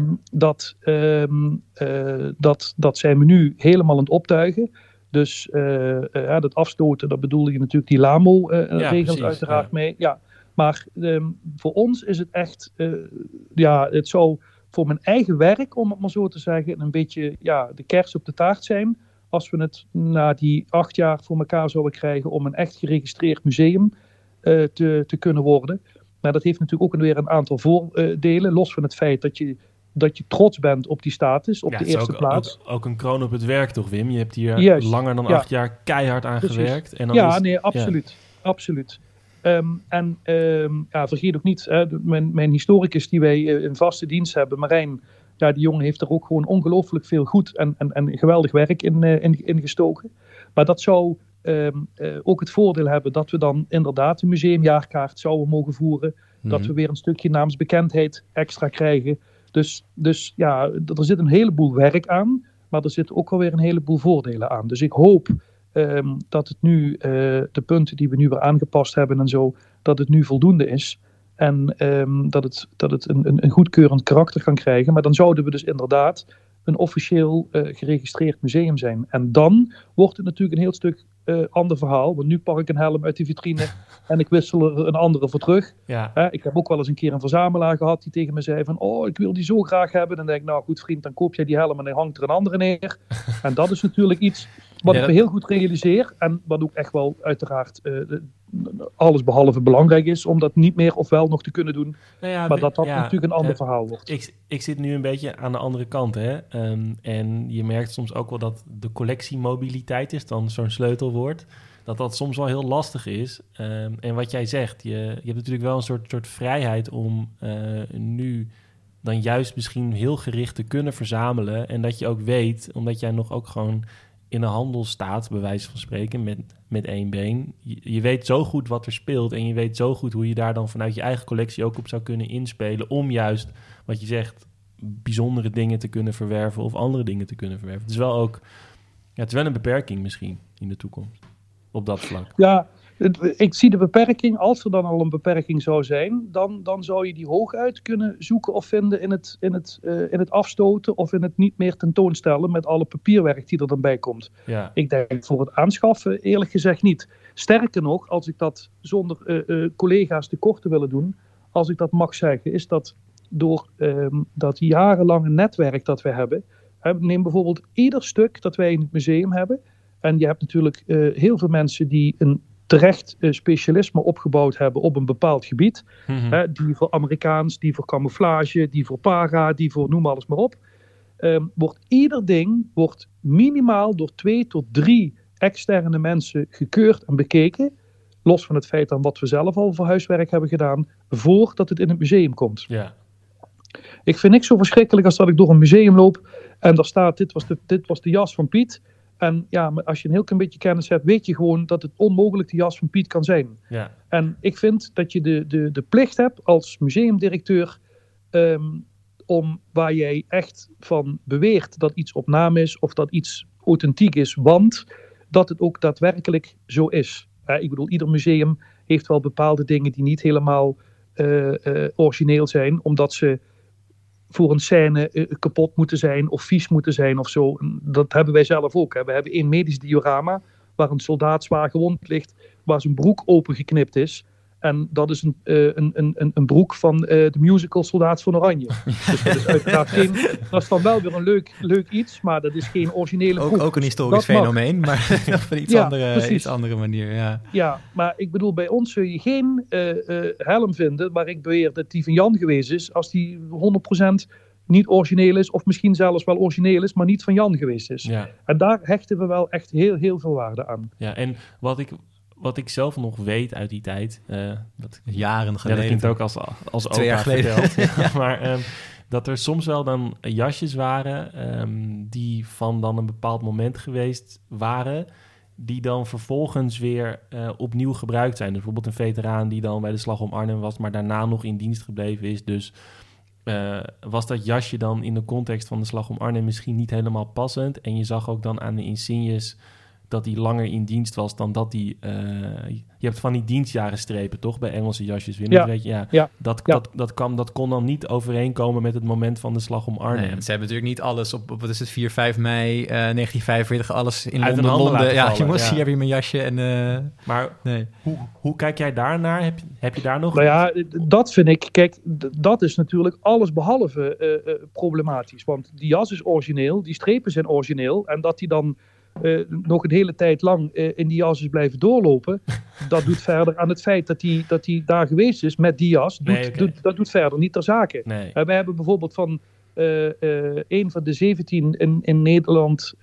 S3: dat zijn we nu helemaal aan het optuigen. Dus dat afstoten, dat bedoelde je natuurlijk die LAMO-regels uiteraard mee. Ja. Maar voor ons is het echt, het zou voor mijn eigen werk, om het maar zo te zeggen, een beetje de kers op de taart zijn. Als we het na die 8 jaar voor elkaar zouden krijgen om een echt geregistreerd museum te kunnen worden. Maar dat heeft natuurlijk ook weer een aantal voordelen. Los van het feit dat je trots bent op die status, op de eerste plaats.
S1: Ook een kroon op het werk toch, Wim? Je hebt hier langer dan 8 jaar keihard aan gewerkt. En dan
S3: absoluut. Absoluut. Vergeet ook niet, mijn historicus die wij in vaste dienst hebben, Marijn, die jongen heeft er ook gewoon ongelooflijk veel goed en geweldig werk in gestoken. Maar dat zou ook het voordeel hebben dat we dan inderdaad een museumjaarkaart zouden mogen voeren. Dat we weer een stukje naamsbekendheid extra krijgen. Dus er zit een heleboel werk aan, maar er zitten ook alweer een heleboel voordelen aan. Dus ik hoop dat het nu, de punten die we nu weer aangepast hebben en zo, dat het nu voldoende is. En dat het een goedkeurend karakter kan krijgen. Maar dan zouden we dus inderdaad een officieel geregistreerd museum zijn. En dan wordt het natuurlijk een heel stuk ander verhaal. Want nu pak ik een helm uit de vitrine en ik wissel er een andere voor terug.
S1: Ja.
S3: Ik heb ook wel eens een keer een verzamelaar gehad die tegen me zei van, ik wil die zo graag hebben. Dan denk ik, nou goed vriend, dan koop jij die helm en dan hangt er een andere neer. En dat is natuurlijk iets wat ik me heel goed realiseer. En wat ook echt wel uiteraard alles behalve belangrijk is om dat niet meer of wel nog te kunnen doen. Maar dat natuurlijk een ander verhaal wordt.
S1: Ik zit nu een beetje aan de andere kant. Hè? En je merkt soms ook wel dat de collectiemobiliteit is dan zo'n sleutelwoord. Dat soms wel heel lastig is. En wat jij zegt, je hebt natuurlijk wel een soort vrijheid om nu dan juist misschien heel gericht te kunnen verzamelen. En dat je ook weet, omdat jij nog ook gewoon in de handel staat, bij wijze van spreken, met 1 been. Je weet zo goed wat er speelt en je weet zo goed hoe je daar dan vanuit je eigen collectie ook op zou kunnen inspelen om juist, wat je zegt, bijzondere dingen te kunnen verwerven of andere dingen te kunnen verwerven. Het is wel ook, het is wel een beperking misschien in de toekomst op dat vlak.
S3: Ja, ik zie de beperking, als er dan al een beperking zou zijn, dan zou je die hooguit kunnen zoeken of vinden in het afstoten of in het niet meer tentoonstellen met alle papierwerk die er dan bij komt.
S1: Ja.
S3: Ik denk voor het aanschaffen eerlijk gezegd niet. Sterker nog, als ik dat zonder collega's tekort te willen doen, als ik dat mag zeggen, is dat door dat jarenlange netwerk dat we hebben. Neem bijvoorbeeld ieder stuk dat wij in het museum hebben. En je hebt natuurlijk heel veel mensen die een terecht specialisme opgebouwd hebben op een bepaald gebied.
S1: Mm-hmm.
S3: Die voor Amerikaans, die voor camouflage, die voor para, die voor noem alles maar op. Ieder ding wordt minimaal door 2 tot 3 externe mensen gekeurd en bekeken. Los van het feit dan wat we zelf al voor huiswerk hebben gedaan, voordat het in het museum komt.
S1: Ja.
S3: Ik vind niks zo verschrikkelijk als dat ik door een museum loop en daar staat, dit was de jas van Piet. En ja, maar als je een heel klein beetje kennis hebt, weet je gewoon dat het onmogelijk de jas van Piet kan zijn.
S1: Ja.
S3: En ik vind dat je de plicht hebt als museumdirecteur om waar jij echt van beweert dat iets op naam is of dat iets authentiek is, want dat het ook daadwerkelijk zo is. Ik bedoel, ieder museum heeft wel bepaalde dingen die niet helemaal origineel zijn, omdat ze voor een scène kapot moeten zijn of vies moeten zijn of zo. Dat hebben wij zelf ook. Hè. We hebben 1 medisch diorama waar een soldaat zwaar gewond ligt, waar zijn broek opengeknipt is. En dat is een broek van de musical Soldaat van Oranje. Dus dat is uiteraard dat is dan wel weer een leuk iets, maar dat is geen originele broek.
S2: Ook een historisch fenomeen, maar op een iets andere manier. Ja.
S3: Ja, maar ik bedoel, bij ons zul je geen helm vinden waar ik beweer dat die van Jan geweest is, als die 100% niet origineel is, of misschien zelfs wel origineel is, maar niet van Jan geweest is.
S1: Ja.
S3: En daar hechten we wel echt heel, heel veel waarde aan.
S1: Ja, en wat ik zelf nog weet uit die tijd,
S2: jaren geleden.
S1: Ja, dat klinkt ook als
S2: 2 jaar geleden.
S1: verteld. Ja. Maar dat er soms wel dan jasjes waren die van dan een bepaald moment geweest waren, die dan vervolgens weer opnieuw gebruikt zijn. Dus bijvoorbeeld een veteraan die dan bij de Slag om Arnhem was, maar daarna nog in dienst gebleven is. Dus was dat jasje dan in de context van de Slag om Arnhem misschien niet helemaal passend. En je zag ook dan aan de insignes dat hij langer in dienst was dan dat hij... je hebt van die dienstjarenstrepen, toch? Bij Engelse jasjes.
S3: Ja.
S1: Weet je,
S3: Ja.
S1: Dat kon dan niet overeenkomen met het moment van de Slag om Arnhem.
S2: Nee, ze hebben natuurlijk niet alles op wat is het, 4, 5 mei 1945, alles in
S1: uit
S2: Londen. Ja,
S1: vallen,
S2: jongens,
S1: ja.
S2: hier heb je mijn jasje. En,
S1: maar
S2: nee.
S1: hoe kijk jij daarnaar? Heb je daar nog...
S3: Nou ja, dat vind ik... Kijk, dat is natuurlijk alles behalve problematisch. Want die jas is origineel, die strepen zijn origineel. En dat die dan nog een hele tijd lang in die jas is blijven doorlopen, dat doet verder aan het feit dat hij daar geweest is met die jas. Dat doet verder niet ter zake.
S1: Nee.
S3: Wij hebben bijvoorbeeld van een van de 17 in Nederland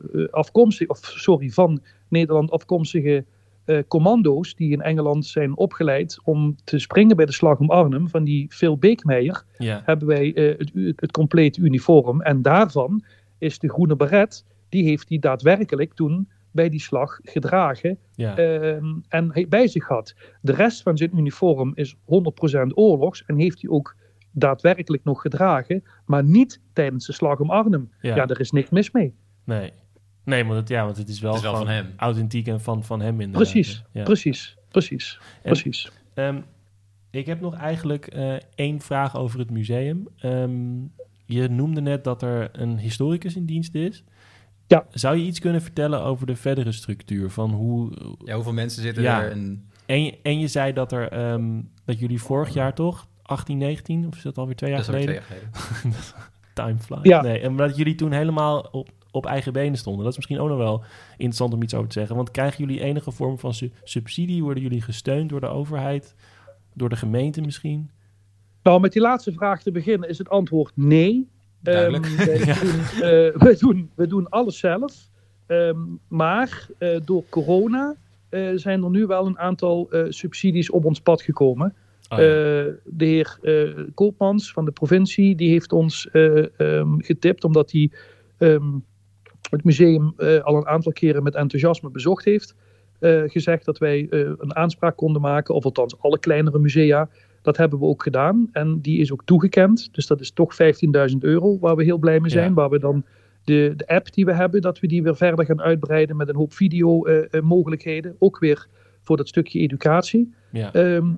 S3: van Nederland afkomstige commando's die in Engeland zijn opgeleid om te springen bij de Slag om Arnhem, van die Phil Beekmeijer, hebben wij het complete uniform. En daarvan is de groene beret, die heeft hij daadwerkelijk toen bij die slag gedragen en bij zich had. De rest van zijn uniform is 100% oorlogs en heeft hij ook daadwerkelijk nog gedragen, maar niet tijdens de Slag om Arnhem. Ja, daar is niks mis mee.
S1: Nee, want het is wel
S2: van hem.
S1: Authentiek en van hem inderdaad.
S3: Precies.
S1: Ik heb nog eigenlijk 1 vraag over het museum. Je noemde net dat er een historicus in dienst is.
S3: Ja.
S1: Zou je iets kunnen vertellen over de verdere structuur? Van
S2: hoeveel mensen zitten er?
S1: En je zei dat dat jullie vorig jaar toch, 18, 19, of is dat alweer 2 jaar geleden?
S2: Dat is 2 jaar geleden.
S1: Time flies.
S3: Ja.
S1: Nee, en dat jullie toen helemaal op eigen benen stonden. Dat is misschien ook nog wel interessant om iets over te zeggen. Want krijgen jullie enige vorm van subsidie? Worden jullie gesteund door de overheid? Door de gemeente misschien?
S3: Nou, met die laatste vraag te beginnen is het antwoord nee.
S2: Duidelijk.
S3: We doen alles zelf. Maar door corona zijn er nu wel een aantal subsidies op ons pad gekomen. De heer Koopmans van de provincie, die heeft ons getipt, omdat hij het museum al een aantal keren met enthousiasme bezocht heeft. Gezegd dat wij een aanspraak konden maken, of althans alle kleinere musea, Dat hebben we ook gedaan en die is ook toegekend. Dus dat is toch €15.000 waar we heel blij mee zijn. Waar we dan de app die we hebben, dat we die weer verder gaan uitbreiden met een hoop video mogelijkheden. Ook weer voor dat stukje educatie.
S1: Ja.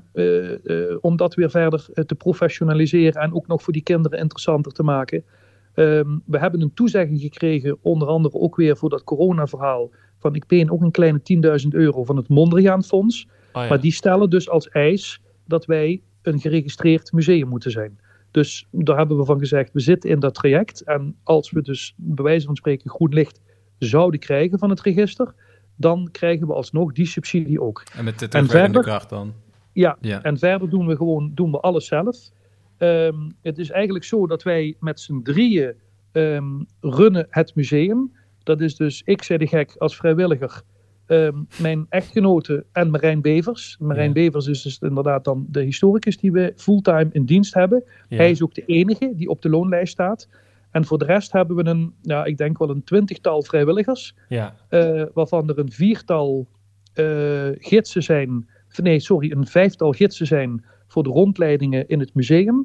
S3: Om dat weer verder te professionaliseren en ook nog voor die kinderen interessanter te maken. We hebben een toezegging gekregen, onder andere ook weer voor dat corona-verhaal, van ik leen ook een kleine €10.000 van het Mondriaan Fonds.
S1: Oh ja.
S3: Maar die stellen dus als eis dat wij een geregistreerd museum moeten zijn. Dus daar hebben we van gezegd, we zitten in dat traject. En als we dus bij wijze van spreken groen licht zouden krijgen van het register, dan krijgen we alsnog die subsidie ook.
S2: En met de terugwerkende kracht dan?
S3: Ja, en verder doen we alles zelf. Het is eigenlijk zo dat wij met z'n drieën runnen het museum. Dat is dus ik, Zij de Gek, als vrijwilliger, mijn echtgenote en Marijn Bevers. Marijn Bevers is dus inderdaad dan de historicus die we fulltime in dienst hebben. Ja. Hij is ook de enige die op de loonlijst staat. En voor de rest hebben we ik denk wel een 20-tal vrijwilligers. Ja. Waarvan er een 4-tal gidsen zijn. Nee, sorry, een 5-tal gidsen zijn voor de rondleidingen in het museum.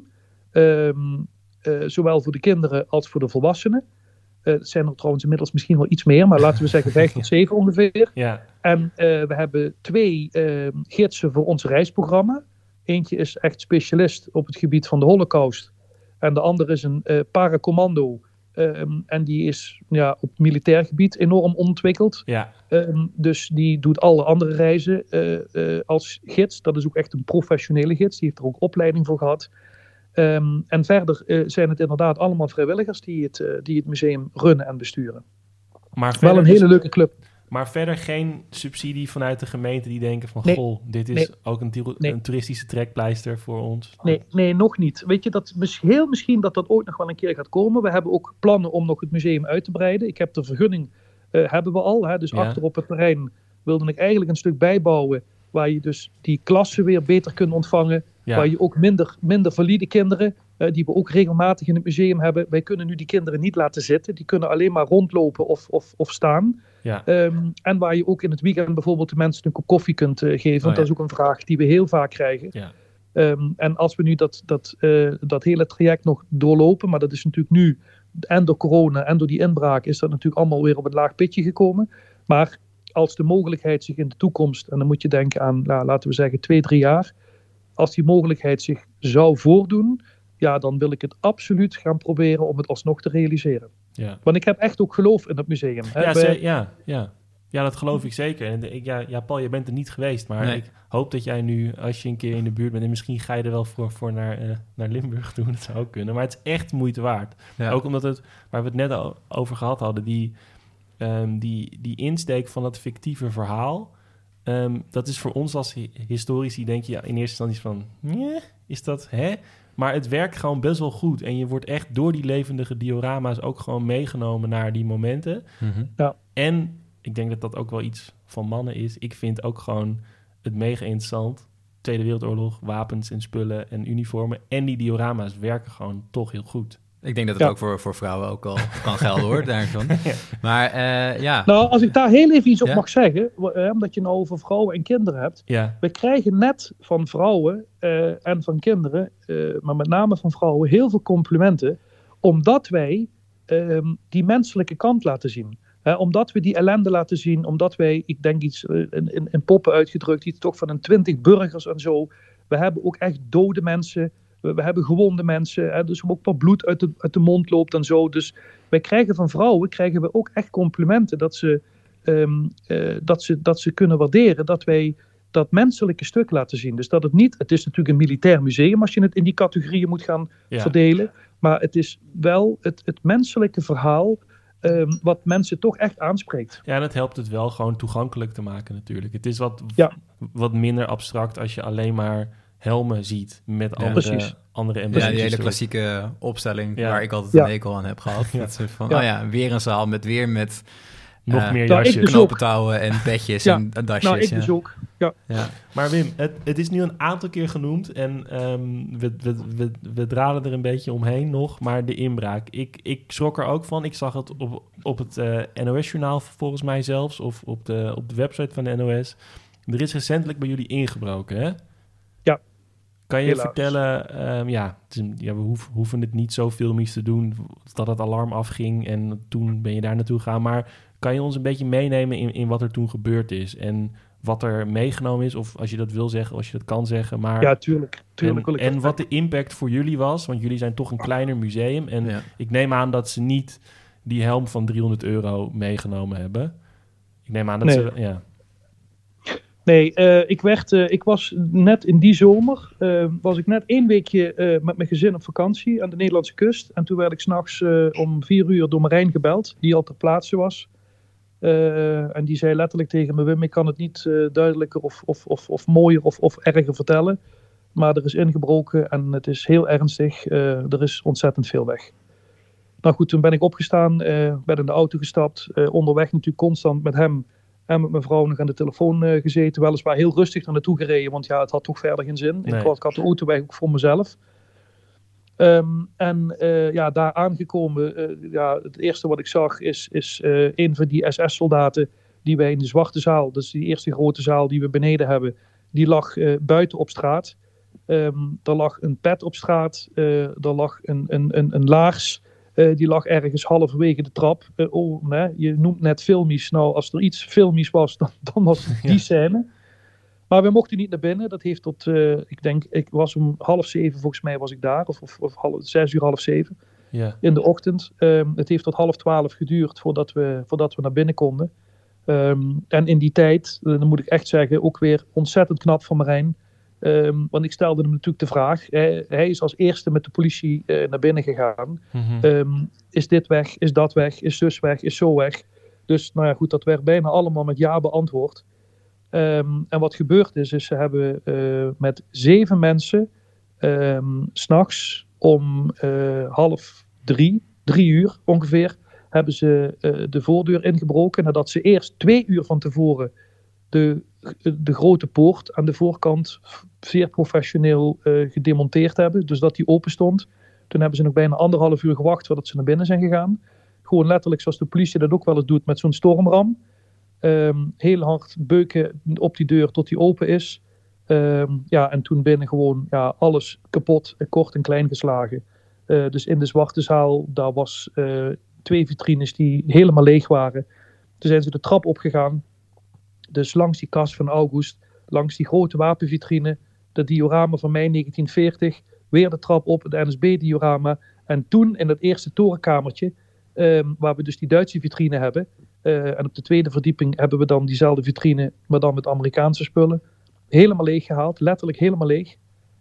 S3: Zowel voor de kinderen als voor de volwassenen. Het zijn er trouwens inmiddels misschien wel iets meer, maar laten we zeggen 5 tot 7 ongeveer. Ja. En we hebben 2 gidsen voor ons reisprogramma. Eentje is echt specialist op het gebied van de Holocaust. En de andere is een paracommando. En die is op militair gebied enorm ontwikkeld. Ja. Dus die doet alle andere reizen als gids. Dat is ook echt een professionele gids. Die heeft er ook opleiding voor gehad. En verder zijn het inderdaad allemaal vrijwilligers die het museum runnen en besturen.
S1: Maar
S3: wel een hele leuke club.
S1: Maar verder geen subsidie vanuit de gemeente die denken van... dit is ook een toeristische trekpleister voor ons.
S3: Nee, nog niet. Weet je, misschien dat ooit nog wel een keer gaat komen. We hebben ook plannen om nog het museum uit te breiden. Ik heb de vergunning, hebben we al. Hè? Dus achter op het terrein wilde ik eigenlijk een stuk bijbouwen... waar je dus die klassen weer beter kunt ontvangen... Ja. Waar je ook minder valide kinderen, die we ook regelmatig in het museum hebben. Wij kunnen nu die kinderen niet laten zitten. Die kunnen alleen maar rondlopen of staan. Ja. En waar je ook in het weekend bijvoorbeeld de mensen een kop koffie kunt geven. Want dat is ook een vraag die we heel vaak krijgen. Ja. En als we nu dat hele traject nog doorlopen. Maar dat is natuurlijk nu, en door corona en door die inbraak, is dat natuurlijk allemaal weer op een laag pitje gekomen. Maar als de mogelijkheid zich in de toekomst, en dan moet je denken aan, laten we zeggen 2-3 jaar... Als die mogelijkheid zich zou voordoen, dan wil ik het absoluut gaan proberen om het alsnog te realiseren. Ja. Want ik heb echt ook geloof in het museum.
S1: Ja, dat geloof ik zeker. En Paul, je bent er niet geweest, maar ik hoop dat jij nu, als je een keer in de buurt bent, en misschien ga je er wel voor naar Limburg toe, dat zou ook kunnen. Maar het is echt moeite waard. Ja. Ook omdat waar we het net over gehad hadden, die insteek van dat fictieve verhaal... dat is voor ons als historici, denk je in eerste instantie van... is dat, hè? Maar het werkt gewoon best wel goed. En je wordt echt door die levendige diorama's ook gewoon meegenomen naar die momenten. Mm-hmm. Ja. En ik denk dat dat ook wel iets van mannen is. Ik vind ook gewoon het mega interessant. Tweede Wereldoorlog, wapens en spullen en uniformen. En die diorama's werken gewoon toch heel goed.
S2: Ik denk dat het ook voor vrouwen ook al kan gelden, hoor, daarvan. Maar
S3: Nou, als ik daar heel even iets op mag zeggen, omdat je nou over vrouwen en kinderen hebt. Ja. We krijgen net van vrouwen en van kinderen, maar met name van vrouwen, heel veel complimenten. Omdat wij die menselijke kant laten zien. Omdat we die ellende laten zien, omdat wij, ik denk iets in poppen uitgedrukt, iets toch van een 20 burgers en zo. We hebben ook echt dode mensen. We hebben gewonde mensen, dus ook wat bloed uit de mond loopt en zo. Dus wij krijgen van vrouwen ook echt complimenten dat ze kunnen waarderen dat wij dat menselijke stuk laten zien. Dus dat het is natuurlijk een militair museum als je het in die categorieën moet gaan verdelen. Maar het is wel het menselijke verhaal wat mensen toch echt aanspreekt.
S1: Ja, en het helpt het wel gewoon toegankelijk te maken natuurlijk. Het is wat minder abstract als je alleen maar helmen ziet met andere emblemen.
S2: Ja, die hele klassieke opstelling waar ik altijd een hekel aan heb gehad. Ja. Dat van, weer een zaal met
S1: nog meer jasjes,
S2: knopentouwen en bedjes en dasjes.
S3: Nou, ik dus ook. Ja.
S1: Maar Wim, het is nu een aantal keer genoemd en we draden er een beetje omheen nog, maar de inbraak. Ik schrok er ook van. Ik zag het op het NOS-journaal volgens mij zelfs, of op de website van de NOS. Er is recentelijk bij jullie ingebroken, hè?
S3: Ja.
S1: Kan je
S3: helaas.
S1: vertellen, we hoeven het niet zo filmisch te doen, dat het alarm afging en toen ben je daar naartoe gegaan. Maar kan je ons een beetje meenemen in wat er toen gebeurd is en wat er meegenomen is? Of als je dat wil zeggen, als je dat kan zeggen. Maar,
S3: ja, tuurlijk
S1: en wat de impact voor jullie was, want jullie zijn toch een kleiner museum. En ik neem aan dat ze niet die helm van €300 meegenomen hebben. Ik neem aan dat ze... Ja.
S3: Nee, ik was net in die zomer, was ik net 1 weekje met mijn gezin op vakantie aan de Nederlandse kust. En toen werd ik 's nachts om 4 uur door Marijn gebeld, die al ter plaatse was. En die zei letterlijk tegen me, Wim, ik kan het niet duidelijker of mooier of erger vertellen. Maar er is ingebroken en het is heel ernstig. Er is ontzettend veel weg. Nou goed, toen ben ik opgestaan, ben in de auto gestapt. Onderweg natuurlijk constant met hem en met mijn vrouw nog aan de telefoon gezeten. Weliswaar heel rustig naar naartoe gereden, want ja, het had toch verder geen zin. Nee. Ik had de auto weg ook voor mezelf. Daar aangekomen, het eerste wat ik zag is een van die SS-soldaten die wij in de zwarte zaal, dus die eerste grote zaal die we beneden hebben, die lag buiten op straat. Er lag een pet op straat, er lag een laars, die lag ergens halverwege de trap. Je noemt net filmisch, nou als er iets filmisch was, dan was het die scène. Maar we mochten niet naar binnen. Dat heeft tot, ik was om 6:30 volgens mij was ik daar. Of 6:30, 6:30 in de ochtend. Het heeft tot 11:30 geduurd voordat we naar binnen konden. En in die tijd, dan moet ik echt zeggen, ook weer ontzettend knap van Marijn. Want ik stelde hem natuurlijk de vraag. Hij is als eerste met de politie naar binnen gegaan. Mm-hmm. Is dit weg? Is dat weg? Is zus weg? Is zo weg? Dus nou ja, goed, dat werd bijna allemaal met ja beantwoord. En wat gebeurd is ze hebben met 7 mensen 's nachts om 3 uur ongeveer, hebben ze de voordeur ingebroken. Nadat ze eerst 2 uur van tevoren de grote poort aan de voorkant zeer professioneel gedemonteerd hebben. Dus dat die open stond. Toen hebben ze nog bijna 1,5 uur gewacht voordat ze naar binnen zijn gegaan. Gewoon letterlijk zoals de politie dat ook wel eens doet met zo'n stormram. Heel hard beuken op die deur tot die open is. En toen binnen gewoon alles kapot, kort en klein geslagen. Dus in de zwarte zaal, daar was 2 vitrines die helemaal leeg waren. Toen zijn ze de trap opgegaan. Dus langs die kast van August, langs die grote wapenvitrine, de diorama van mei 1940, weer de trap op, het NSB-diorama. En toen in dat eerste torenkamertje, waar we dus die Duitse vitrine hebben. En op de tweede verdieping hebben we dan diezelfde vitrine, maar dan met Amerikaanse spullen. Helemaal leeg gehaald, letterlijk helemaal leeg.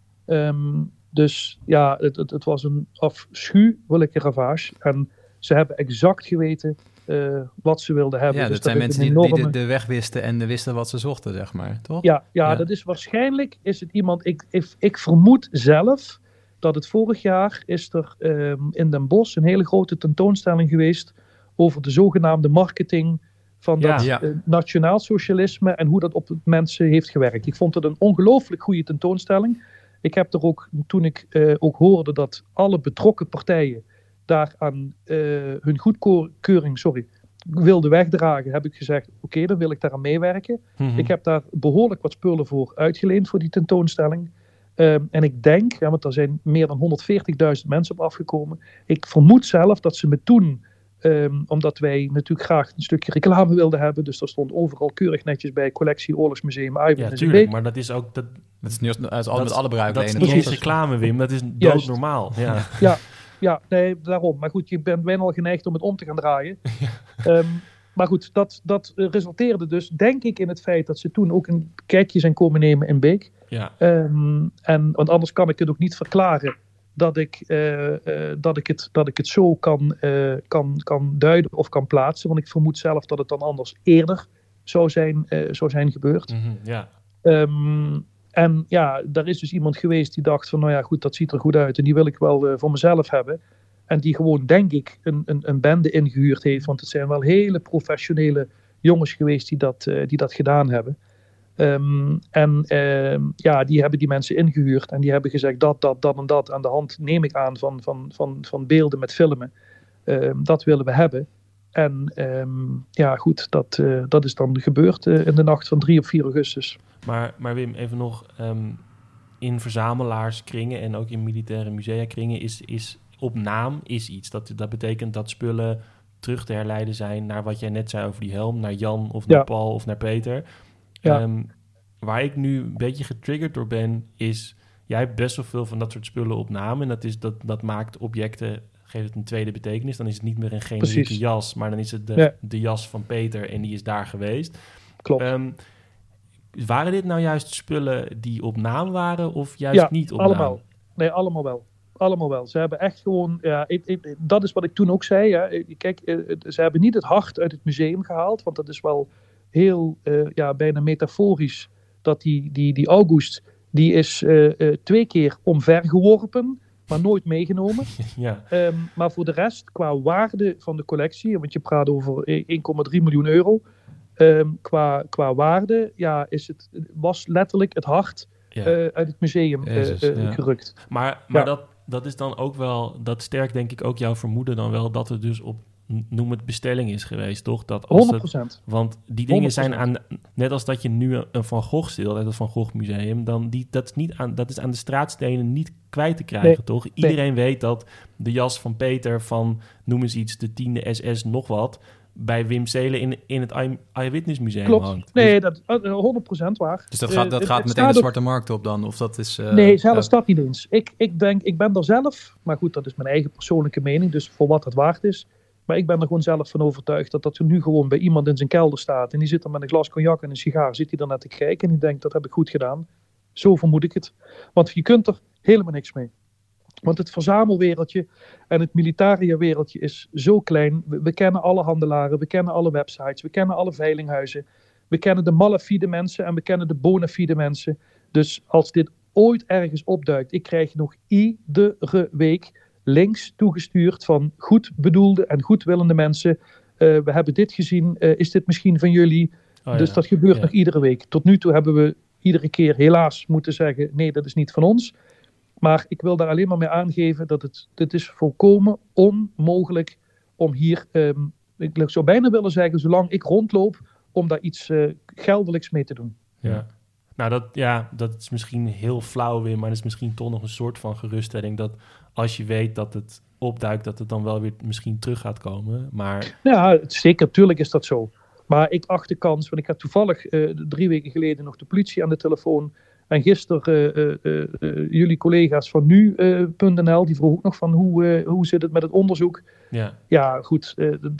S3: Dus ja, het was een afschuwelijke ravage. En ze hebben exact geweten wat ze wilden hebben.
S2: Ja, dus dat zijn mensen die de weg wisten en wisten wat ze zochten, zeg maar, toch?
S3: Ja, dat is waarschijnlijk, is het iemand, ik vermoed zelf dat het vorig jaar is er in Den Bosch een hele grote tentoonstelling geweest over de zogenaamde marketing van dat nationaalsocialisme en hoe dat op mensen heeft gewerkt. Ik vond het een ongelooflijk goede tentoonstelling. Ik heb er ook, toen ik ook hoorde dat alle betrokken partijen daaraan hun goedkeuring wilden wegdragen, heb ik gezegd, oké, dan wil ik daaraan meewerken. Mm-hmm. Ik heb daar behoorlijk wat spullen voor uitgeleend voor die tentoonstelling. En ik denk, want er zijn meer dan 140.000 mensen op afgekomen. Ik vermoed zelf dat ze me toen, omdat wij natuurlijk graag een stukje reclame wilden hebben, dus er stond overal keurig netjes bij Collectie Oorlogsmuseum Ivan.
S1: Ja, tuurlijk, maar dat is ook... Dat
S2: is met alle bruikleden.
S1: Dat is niet eens reclame, Wim. Dat is doodnormaal.
S3: Ja, nee, daarom. Maar goed, je bent bijna al geneigd om het om te gaan draaien. Maar goed, dat resulteerde dus, denk ik, in het feit dat ze toen ook een kijkje zijn komen nemen in Beek.
S1: Ja.
S3: Want anders kan ik het ook niet verklaren dat ik het zo kan duiden of kan plaatsen. Want ik vermoed zelf dat het dan anders eerder zou zijn gebeurd.
S1: Mm-hmm, ja.
S3: En ja, daar is dus iemand geweest die dacht van, nou ja, goed, dat ziet er goed uit en die wil ik wel voor mezelf hebben. En die gewoon, denk ik, een bende ingehuurd heeft, want het zijn wel hele professionele jongens geweest die dat gedaan hebben. Die hebben die mensen ingehuurd en die hebben gezegd dat en dat aan de hand neem ik aan van beelden met filmen. Dat willen we hebben. En goed, dat is dan gebeurd in de nacht van 3 op 4 augustus.
S1: Maar Wim, even nog, in verzamelaarskringen en ook in militaire musea-kringen is op naam is iets. Dat betekent dat spullen terug te herleiden zijn naar wat jij net zei over die helm, naar Jan of naar Paul of naar Peter. Ja. Waar ik nu een beetje getriggerd door ben, is jij hebt best wel veel van dat soort spullen op naam en dat maakt objecten, geeft het een tweede betekenis. Dan is het niet meer een generieke jas, maar dan is het de jas van Peter en die is daar geweest.
S3: Klopt.
S1: Waren dit nou juist spullen die op naam waren of juist niet op
S3: allemaal.
S1: naam?
S3: Nee, allemaal wel. Allemaal wel. Ze hebben echt gewoon... dat is wat ik toen ook zei. Ja. Kijk, ze hebben niet het hart uit het museum gehaald. Want dat is wel heel bijna metaforisch. Dat die August... Die is 2 keer omvergeworpen. Maar nooit meegenomen.
S1: Ja.
S3: Maar voor de rest, qua waarde van de collectie... Want je praat over 1,3 miljoen euro. Qua waarde was letterlijk het hart... uit het museum gerukt.
S1: Maar dat is dan ook wel... Dat sterkt denk ik ook jouw vermoeden dan wel... dat het dus op, noem het, bestelling is geweest, toch? Dat als
S3: 100%.
S1: Want die dingen
S3: 100%.
S1: zijn aan... Net als dat je nu een Van Gogh stil uit het Van Gogh museum... dat is aan de straatstenen niet kwijt te krijgen, toch? Iedereen weet dat de jas van Peter van... noem eens iets, de 10e SS nog wat... bij Wim Zelen in het Eyewitness Museum hangt.
S3: Nee, dat 100% waar.
S2: Dus dat gaat meteen de zwarte markt op dan? Of dat is,
S3: nee, zelfs dat niet eens. Ik denk, ik ben er zelf, maar goed, dat is mijn eigen persoonlijke mening, dus voor wat het waard is. Maar ik ben er gewoon zelf van overtuigd dat er nu gewoon bij iemand in zijn kelder staat en die zit er met een glas cognac en een sigaar, zit hij er naar te kijken en die denkt, dat heb ik goed gedaan. Zo vermoed ik het. Want je kunt er helemaal niks mee. Want het verzamelwereldje en het militaria-wereldje is zo klein. We kennen alle handelaren, we kennen alle websites, we kennen alle veilinghuizen. We kennen de malafide mensen en we kennen de bona fide mensen. Dus als dit ooit ergens opduikt, ik krijg nog iedere week links toegestuurd van goed bedoelde en goedwillende mensen. We hebben dit gezien, is dit misschien van jullie? Dus dat gebeurt nog iedere week. Tot nu toe hebben we iedere keer helaas moeten zeggen, nee, dat is niet van ons. Maar ik wil daar alleen maar mee aangeven dat het is volkomen onmogelijk om hier, ik zou bijna willen zeggen, zolang ik rondloop, om daar iets geldelijks mee te doen.
S1: Ja. Nou, dat is misschien heel flauw weer, maar dat is misschien toch nog een soort van geruststelling dat als je weet dat het opduikt, dat het dan wel weer misschien terug gaat komen. Maar... Ja,
S3: zeker, tuurlijk is dat zo. Maar ik acht de kans, want ik had toevallig 3 weken geleden nog de politie aan de telefoon. En gisteren jullie collega's van nu.nl, die vroeg ook nog van hoe zit het met het onderzoek. Ja goed,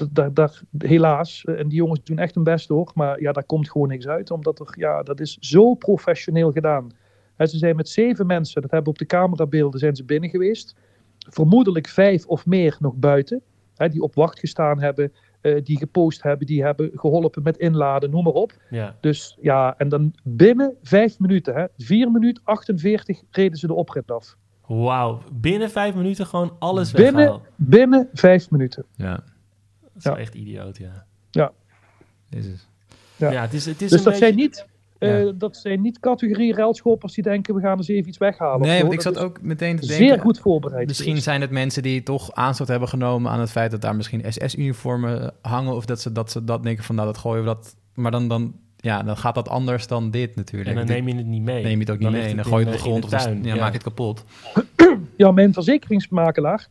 S3: helaas. En die jongens doen echt hun best hoor. Maar ja, daar komt gewoon niks uit. Omdat dat is zo professioneel gedaan. En ze zijn met 7 mensen, dat hebben op de camerabeelden, zijn ze binnen geweest. Vermoedelijk 5 of meer nog buiten. Die op wacht gestaan hebben. Die gepost hebben, die hebben geholpen met inladen, noem maar op.
S1: Ja.
S3: Dus ja, en dan binnen 5 minuten, 4 minuten 48 reden ze de oprit af.
S1: Wauw, binnen 5 minuten gewoon alles weghalen.
S3: Binnen 5 minuten.
S2: Ja.
S1: Dat is wel echt idioot, ja.
S3: Ja.
S2: Is het.
S1: Ja, het is
S3: dus dat zijn niet... dat zijn niet categorie ruilschoppers die denken we gaan eens even iets weghalen.
S2: Nee, want ik zat ook meteen te denken...
S3: Zeer goed voorbereid.
S2: Misschien zijn het mensen die toch aanstoot hebben genomen aan het feit dat daar misschien SS-uniformen hangen. Of dat ze dat denken van nou dat gooien we dat... Maar dan gaat dat anders dan dit natuurlijk.
S1: En dan neem je het niet mee.
S2: Neem je het ook niet mee en dan gooi je het op de grond of maak je het kapot.
S3: Ja, mijn verzekeringsmakelaar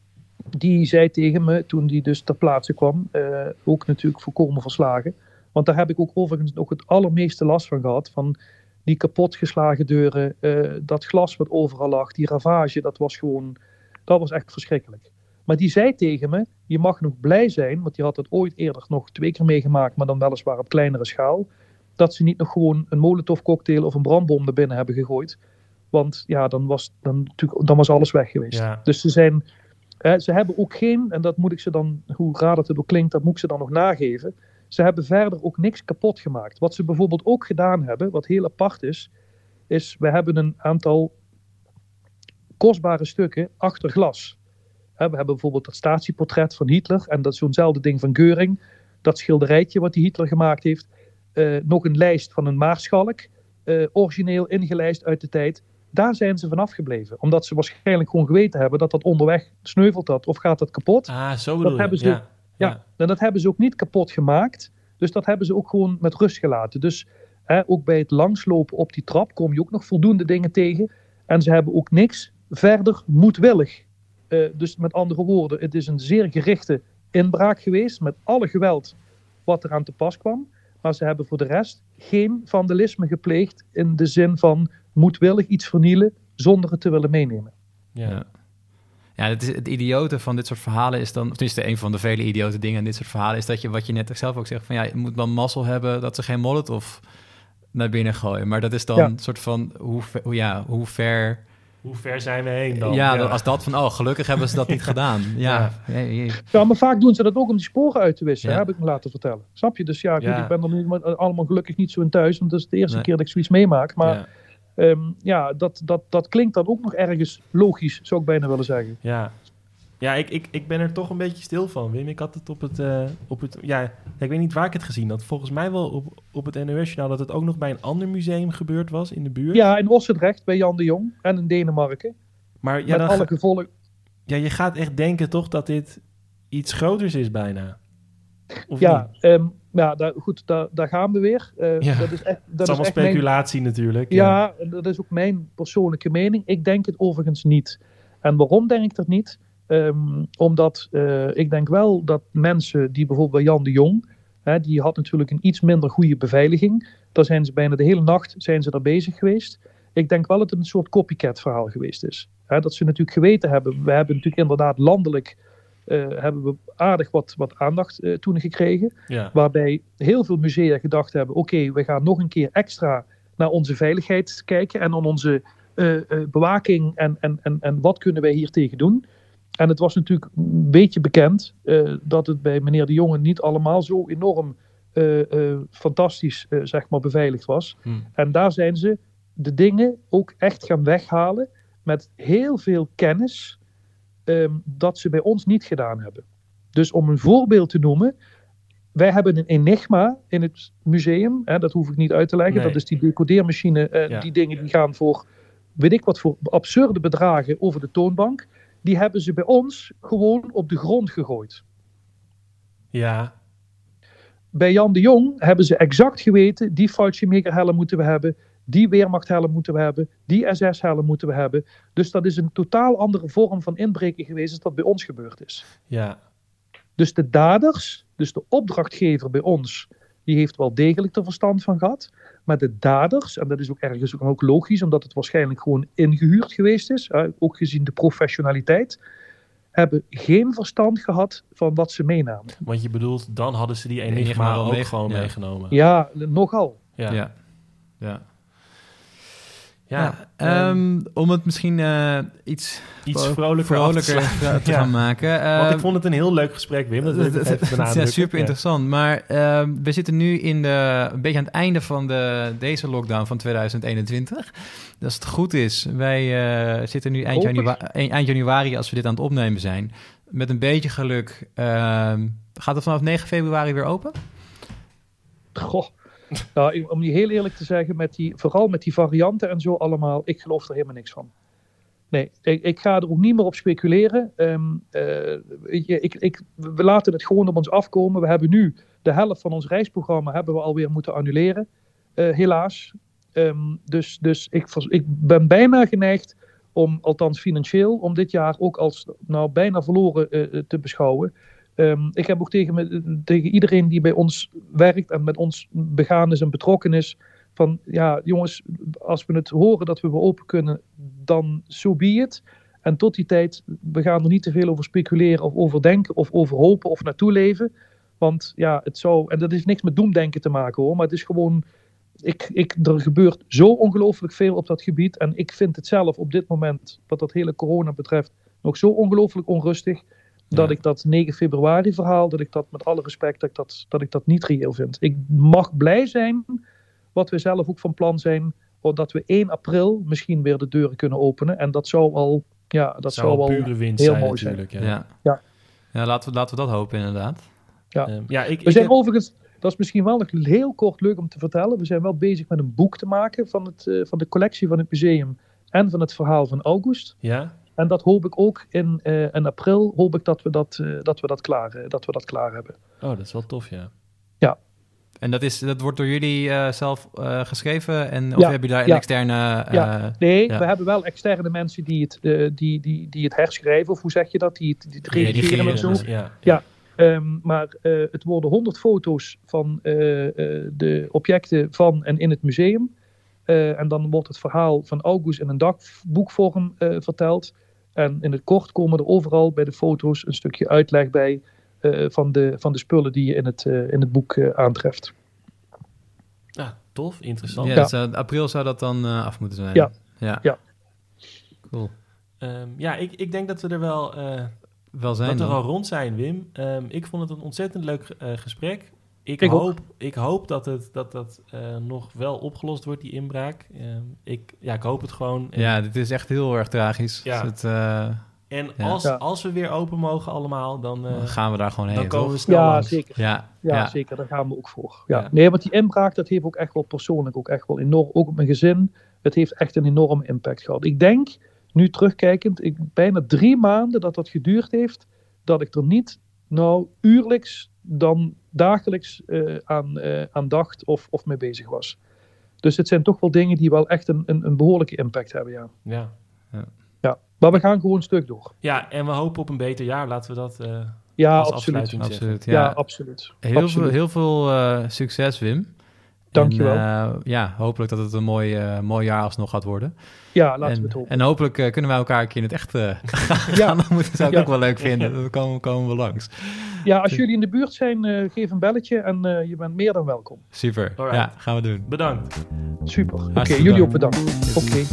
S3: die zei tegen me toen die dus ter plaatse kwam, ook natuurlijk volkomen verslagen. Want daar heb ik ook overigens nog het allermeeste last van gehad. Van die kapotgeslagen deuren, dat glas wat overal lag, die ravage, dat was echt verschrikkelijk. Maar die zei tegen me, je mag nog blij zijn, want die had het ooit eerder nog 2 keer meegemaakt, maar dan weliswaar op kleinere schaal, dat ze niet nog gewoon een Molotov-cocktail of een brandbom er binnen hebben gegooid. Want ja, dan was alles weg geweest.
S1: Ja.
S3: Dus ze hebben ook geen, en dat moet ik ze dan, hoe raar het ook klinkt, dat moet ik ze dan nog nageven. Ze hebben verder ook niks kapot gemaakt. Wat ze bijvoorbeeld ook gedaan hebben, wat heel apart is we hebben een aantal kostbare stukken achter glas. We hebben bijvoorbeeld dat statieportret van Hitler en dat is zo'nzelfde ding van Göring. Dat schilderijtje wat die Hitler gemaakt heeft. Nog een lijst van een maarschalk, origineel ingelijst uit de tijd. Daar zijn ze vanaf gebleven. Omdat ze waarschijnlijk gewoon geweten hebben dat onderweg sneuvelt dat of gaat dat kapot.
S1: Ah, zo bedoel je.
S3: En dat hebben ze ook niet kapot gemaakt. Dus dat hebben ze ook gewoon met rust gelaten. Dus Ook bij het langslopen op die trap kom je ook nog voldoende dingen tegen. En ze hebben ook niks verder moedwillig. Dus met andere woorden, het is een zeer gerichte inbraak geweest met alle geweld wat eraan te pas kwam. Maar ze hebben voor de rest geen vandalisme gepleegd in de zin van moedwillig iets vernielen zonder het te willen meenemen.
S2: Ja. Ja, het idiote van dit soort verhalen is dan, of tenminste een van de vele idiote dingen in dit soort verhalen, is dat je, wat je net zelf ook zegt, van ja, je moet wel mazzel hebben dat ze geen molotov naar binnen gooien. Maar dat is dan een soort van, hoe ver...
S1: Hoe ver zijn we heen dan?
S2: Ja, als dat van, gelukkig hebben ze dat niet gedaan. Ja,
S3: maar vaak doen ze dat ook om die sporen uit te wissen, heb ik me laten vertellen. Snap je? Dus goed, ik ben er nu allemaal gelukkig niet zo in thuis, want dat is de eerste keer dat ik zoiets meemaak. Maar dat klinkt dan ook nog ergens logisch, zou ik bijna willen zeggen.
S1: Ja, ik ben er toch een beetje stil van, Wim. Ik had het op het ik weet niet waar ik het gezien had. Volgens mij wel op het NOS-journaal dat het ook nog bij een ander museum gebeurd was in de buurt.
S3: Ja, in Ossendrecht bij Jan de Jong en in Denemarken.
S1: Maar
S3: met alle gevolgen.
S1: Ja, je gaat echt denken toch dat dit iets groters is bijna. Of
S3: daar gaan we weer. Dat is
S1: allemaal speculatie natuurlijk.
S3: Ja, dat is ook mijn persoonlijke mening. Ik denk het overigens niet. En waarom denk ik dat niet? Omdat ik denk wel dat mensen die bijvoorbeeld bij Jan de Jong, die had natuurlijk een iets minder goede beveiliging. Daar zijn ze bijna de hele nacht daar bezig geweest. Ik denk wel dat het een soort copycat verhaal geweest is. Dat ze natuurlijk geweten hebben. We hebben natuurlijk inderdaad landelijk hebben we aardig wat aandacht toen gekregen. Ja. Waarbij heel veel musea gedacht hebben, oké, we gaan nog een keer extra naar onze veiligheid kijken en aan onze bewaking en wat kunnen wij hier tegen doen. En het was natuurlijk een beetje bekend dat het bij meneer de Jonge niet allemaal zo enorm fantastisch zeg maar beveiligd was. En daar zijn ze de dingen ook echt gaan weghalen met heel veel kennis dat ze bij ons niet gedaan hebben. Dus om een voorbeeld te noemen, wij hebben een Enigma in het museum, dat hoef ik niet uit te leggen, dat is die decodeermachine, die dingen die gaan voor, weet ik wat voor absurde bedragen over de toonbank. Die hebben ze bij ons gewoon op de grond gegooid.
S1: Ja.
S3: Bij Jan de Jong hebben ze exact geweten, die Fallschirmjägerhelm moeten we hebben, die Wehrmachthelm moeten we hebben, die SS-helm moeten we hebben. Dus dat is een totaal andere vorm van inbreken geweest als dat bij ons gebeurd is.
S1: Ja.
S3: Dus de daders, dus de opdrachtgever bij ons, die heeft wel degelijk er verstand van gehad. Maar de daders, en dat is ook ergens ook logisch, omdat het waarschijnlijk gewoon ingehuurd geweest is, ook gezien de professionaliteit, hebben geen verstand gehad van wat ze meenamen.
S1: Want je bedoelt, dan hadden ze die Enigma ook gewoon meegenomen.
S3: Ja, nogal.
S2: Ja. Om het misschien iets vrolijker te gaan maken.
S1: Want ik vond het een heel leuk gesprek, Wim. Dat
S2: is super interessant. Maar we zitten nu een beetje aan het einde van deze lockdown van 2021. Als het goed is, wij zitten nu eind januari als we dit aan het opnemen zijn. Met een beetje geluk gaat het vanaf 9 februari weer open?
S3: Goh. Nou, om je heel eerlijk te zeggen, vooral met die varianten en zo allemaal, ik geloof er helemaal niks van. Nee, ik ga er ook niet meer op speculeren. We laten het gewoon op ons afkomen. We hebben nu de helft van ons reisprogramma hebben we alweer moeten annuleren, helaas. Dus ik ben bijna geneigd om, althans financieel, om dit jaar ook als bijna verloren te beschouwen. Ik heb ook tegen iedereen die bij ons werkt en met ons begaan is en betrokken is, van ja jongens, als we het horen dat we weer open kunnen, dan so be it. En tot die tijd, we gaan er niet te veel over speculeren of over denken of over hopen of naartoe leven. Want ja, het zou, en dat heeft niks met doemdenken te maken hoor, maar het is gewoon, er gebeurt zo ongelooflijk veel op dat gebied. En ik vind het zelf op dit moment, wat dat hele corona betreft, nog zo ongelooflijk onrustig. Dat ik dat 9 februari verhaal, dat ik dat met alle respect, dat ik dat niet reëel vind. Ik mag blij zijn, wat we zelf ook van plan zijn, dat we 1 april misschien weer de deuren kunnen openen. En dat zou al, dat zou al
S1: pure winst
S3: heel
S1: zijn,
S3: mooi zijn.
S2: Ja, laten we dat hopen inderdaad.
S3: We zijn overigens, dat is misschien wel nog heel kort leuk om te vertellen. We zijn wel bezig met een boek te maken van de collectie van het museum en van het verhaal van August.
S1: Ja.
S3: En dat hoop ik ook in april, hoop ik dat we dat klaar hebben.
S1: Oh, dat is wel tof, ja.
S3: Ja.
S2: En dat wordt door jullie zelf geschreven? Of heb je daar een externe...
S3: we hebben wel externe mensen die het herschrijven. Of hoe zeg je dat? Die het redigeren en zo. Dus, maar het worden 100 foto's van de objecten van en in het museum. En dan wordt het verhaal van August in een dagboekvorm verteld. En in het kort komen er overal bij de foto's een stukje uitleg bij van de spullen die je in het boek aantreft.
S1: Ja, tof, interessant.
S2: Ja, dus, april zou dat dan af moeten zijn. Ja. Cool.
S1: Ik denk dat we er wel
S2: zijn.
S1: Dat we wel rond zijn, Wim. Ik vond het een ontzettend leuk gesprek. Ik hoop dat dat nog wel opgelost wordt, die inbraak. Ik hoop het gewoon.
S2: Ja, dit is echt heel erg tragisch. Ja.
S1: Als we weer open mogen allemaal, dan
S2: gaan we daar gewoon heen.
S1: Dan komen we snel langs.
S3: Zeker. Ja, zeker. Daar gaan we ook voor. Ja. Nee, want die inbraak, dat heeft ook echt wel persoonlijk ook echt wel enorm, ook op mijn gezin, het heeft echt een enorme impact gehad. Ik denk, nu terugkijkend, bijna 3 maanden dat geduurd heeft, dat ik er niet uurlijks dan dagelijks aan dacht of mee bezig was. Dus het zijn toch wel dingen die wel echt een behoorlijke impact hebben, ja. Maar we gaan gewoon stuk door.
S1: Ja, en we hopen op een beter jaar. Laten we dat
S3: als afsluiting zeggen.
S2: Absoluut.
S3: Ja, absoluut.
S2: Heel veel succes, Wim.
S3: Dankjewel.
S2: Hopelijk dat het een mooi jaar alsnog gaat worden.
S3: Ja, laten we het hopen.
S2: En hopelijk kunnen wij elkaar een keer in het echt gaan. Dat zou ik ook wel leuk vinden. Dan komen we langs.
S3: Ja, als jullie in de buurt zijn, geef een belletje en je bent meer dan welkom.
S2: Super. Alright. Ja, gaan we doen.
S1: Bedankt.
S3: Super. Oké, jullie ook bedankt. Oké.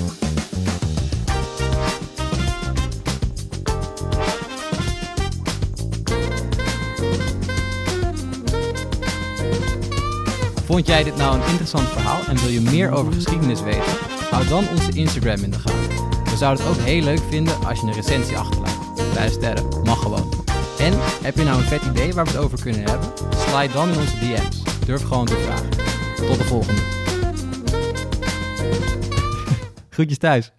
S2: Vond jij dit nou een interessant verhaal en wil je meer over geschiedenis weten? Hou dan onze Instagram in de gaten. We zouden het ook heel leuk vinden als je een recensie achterlaat. 5 sterren, mag gewoon. En heb je nou een vet idee waar we het over kunnen hebben? Slide dan in onze DM's. Durf gewoon te vragen. Tot de volgende. Groetjes thuis.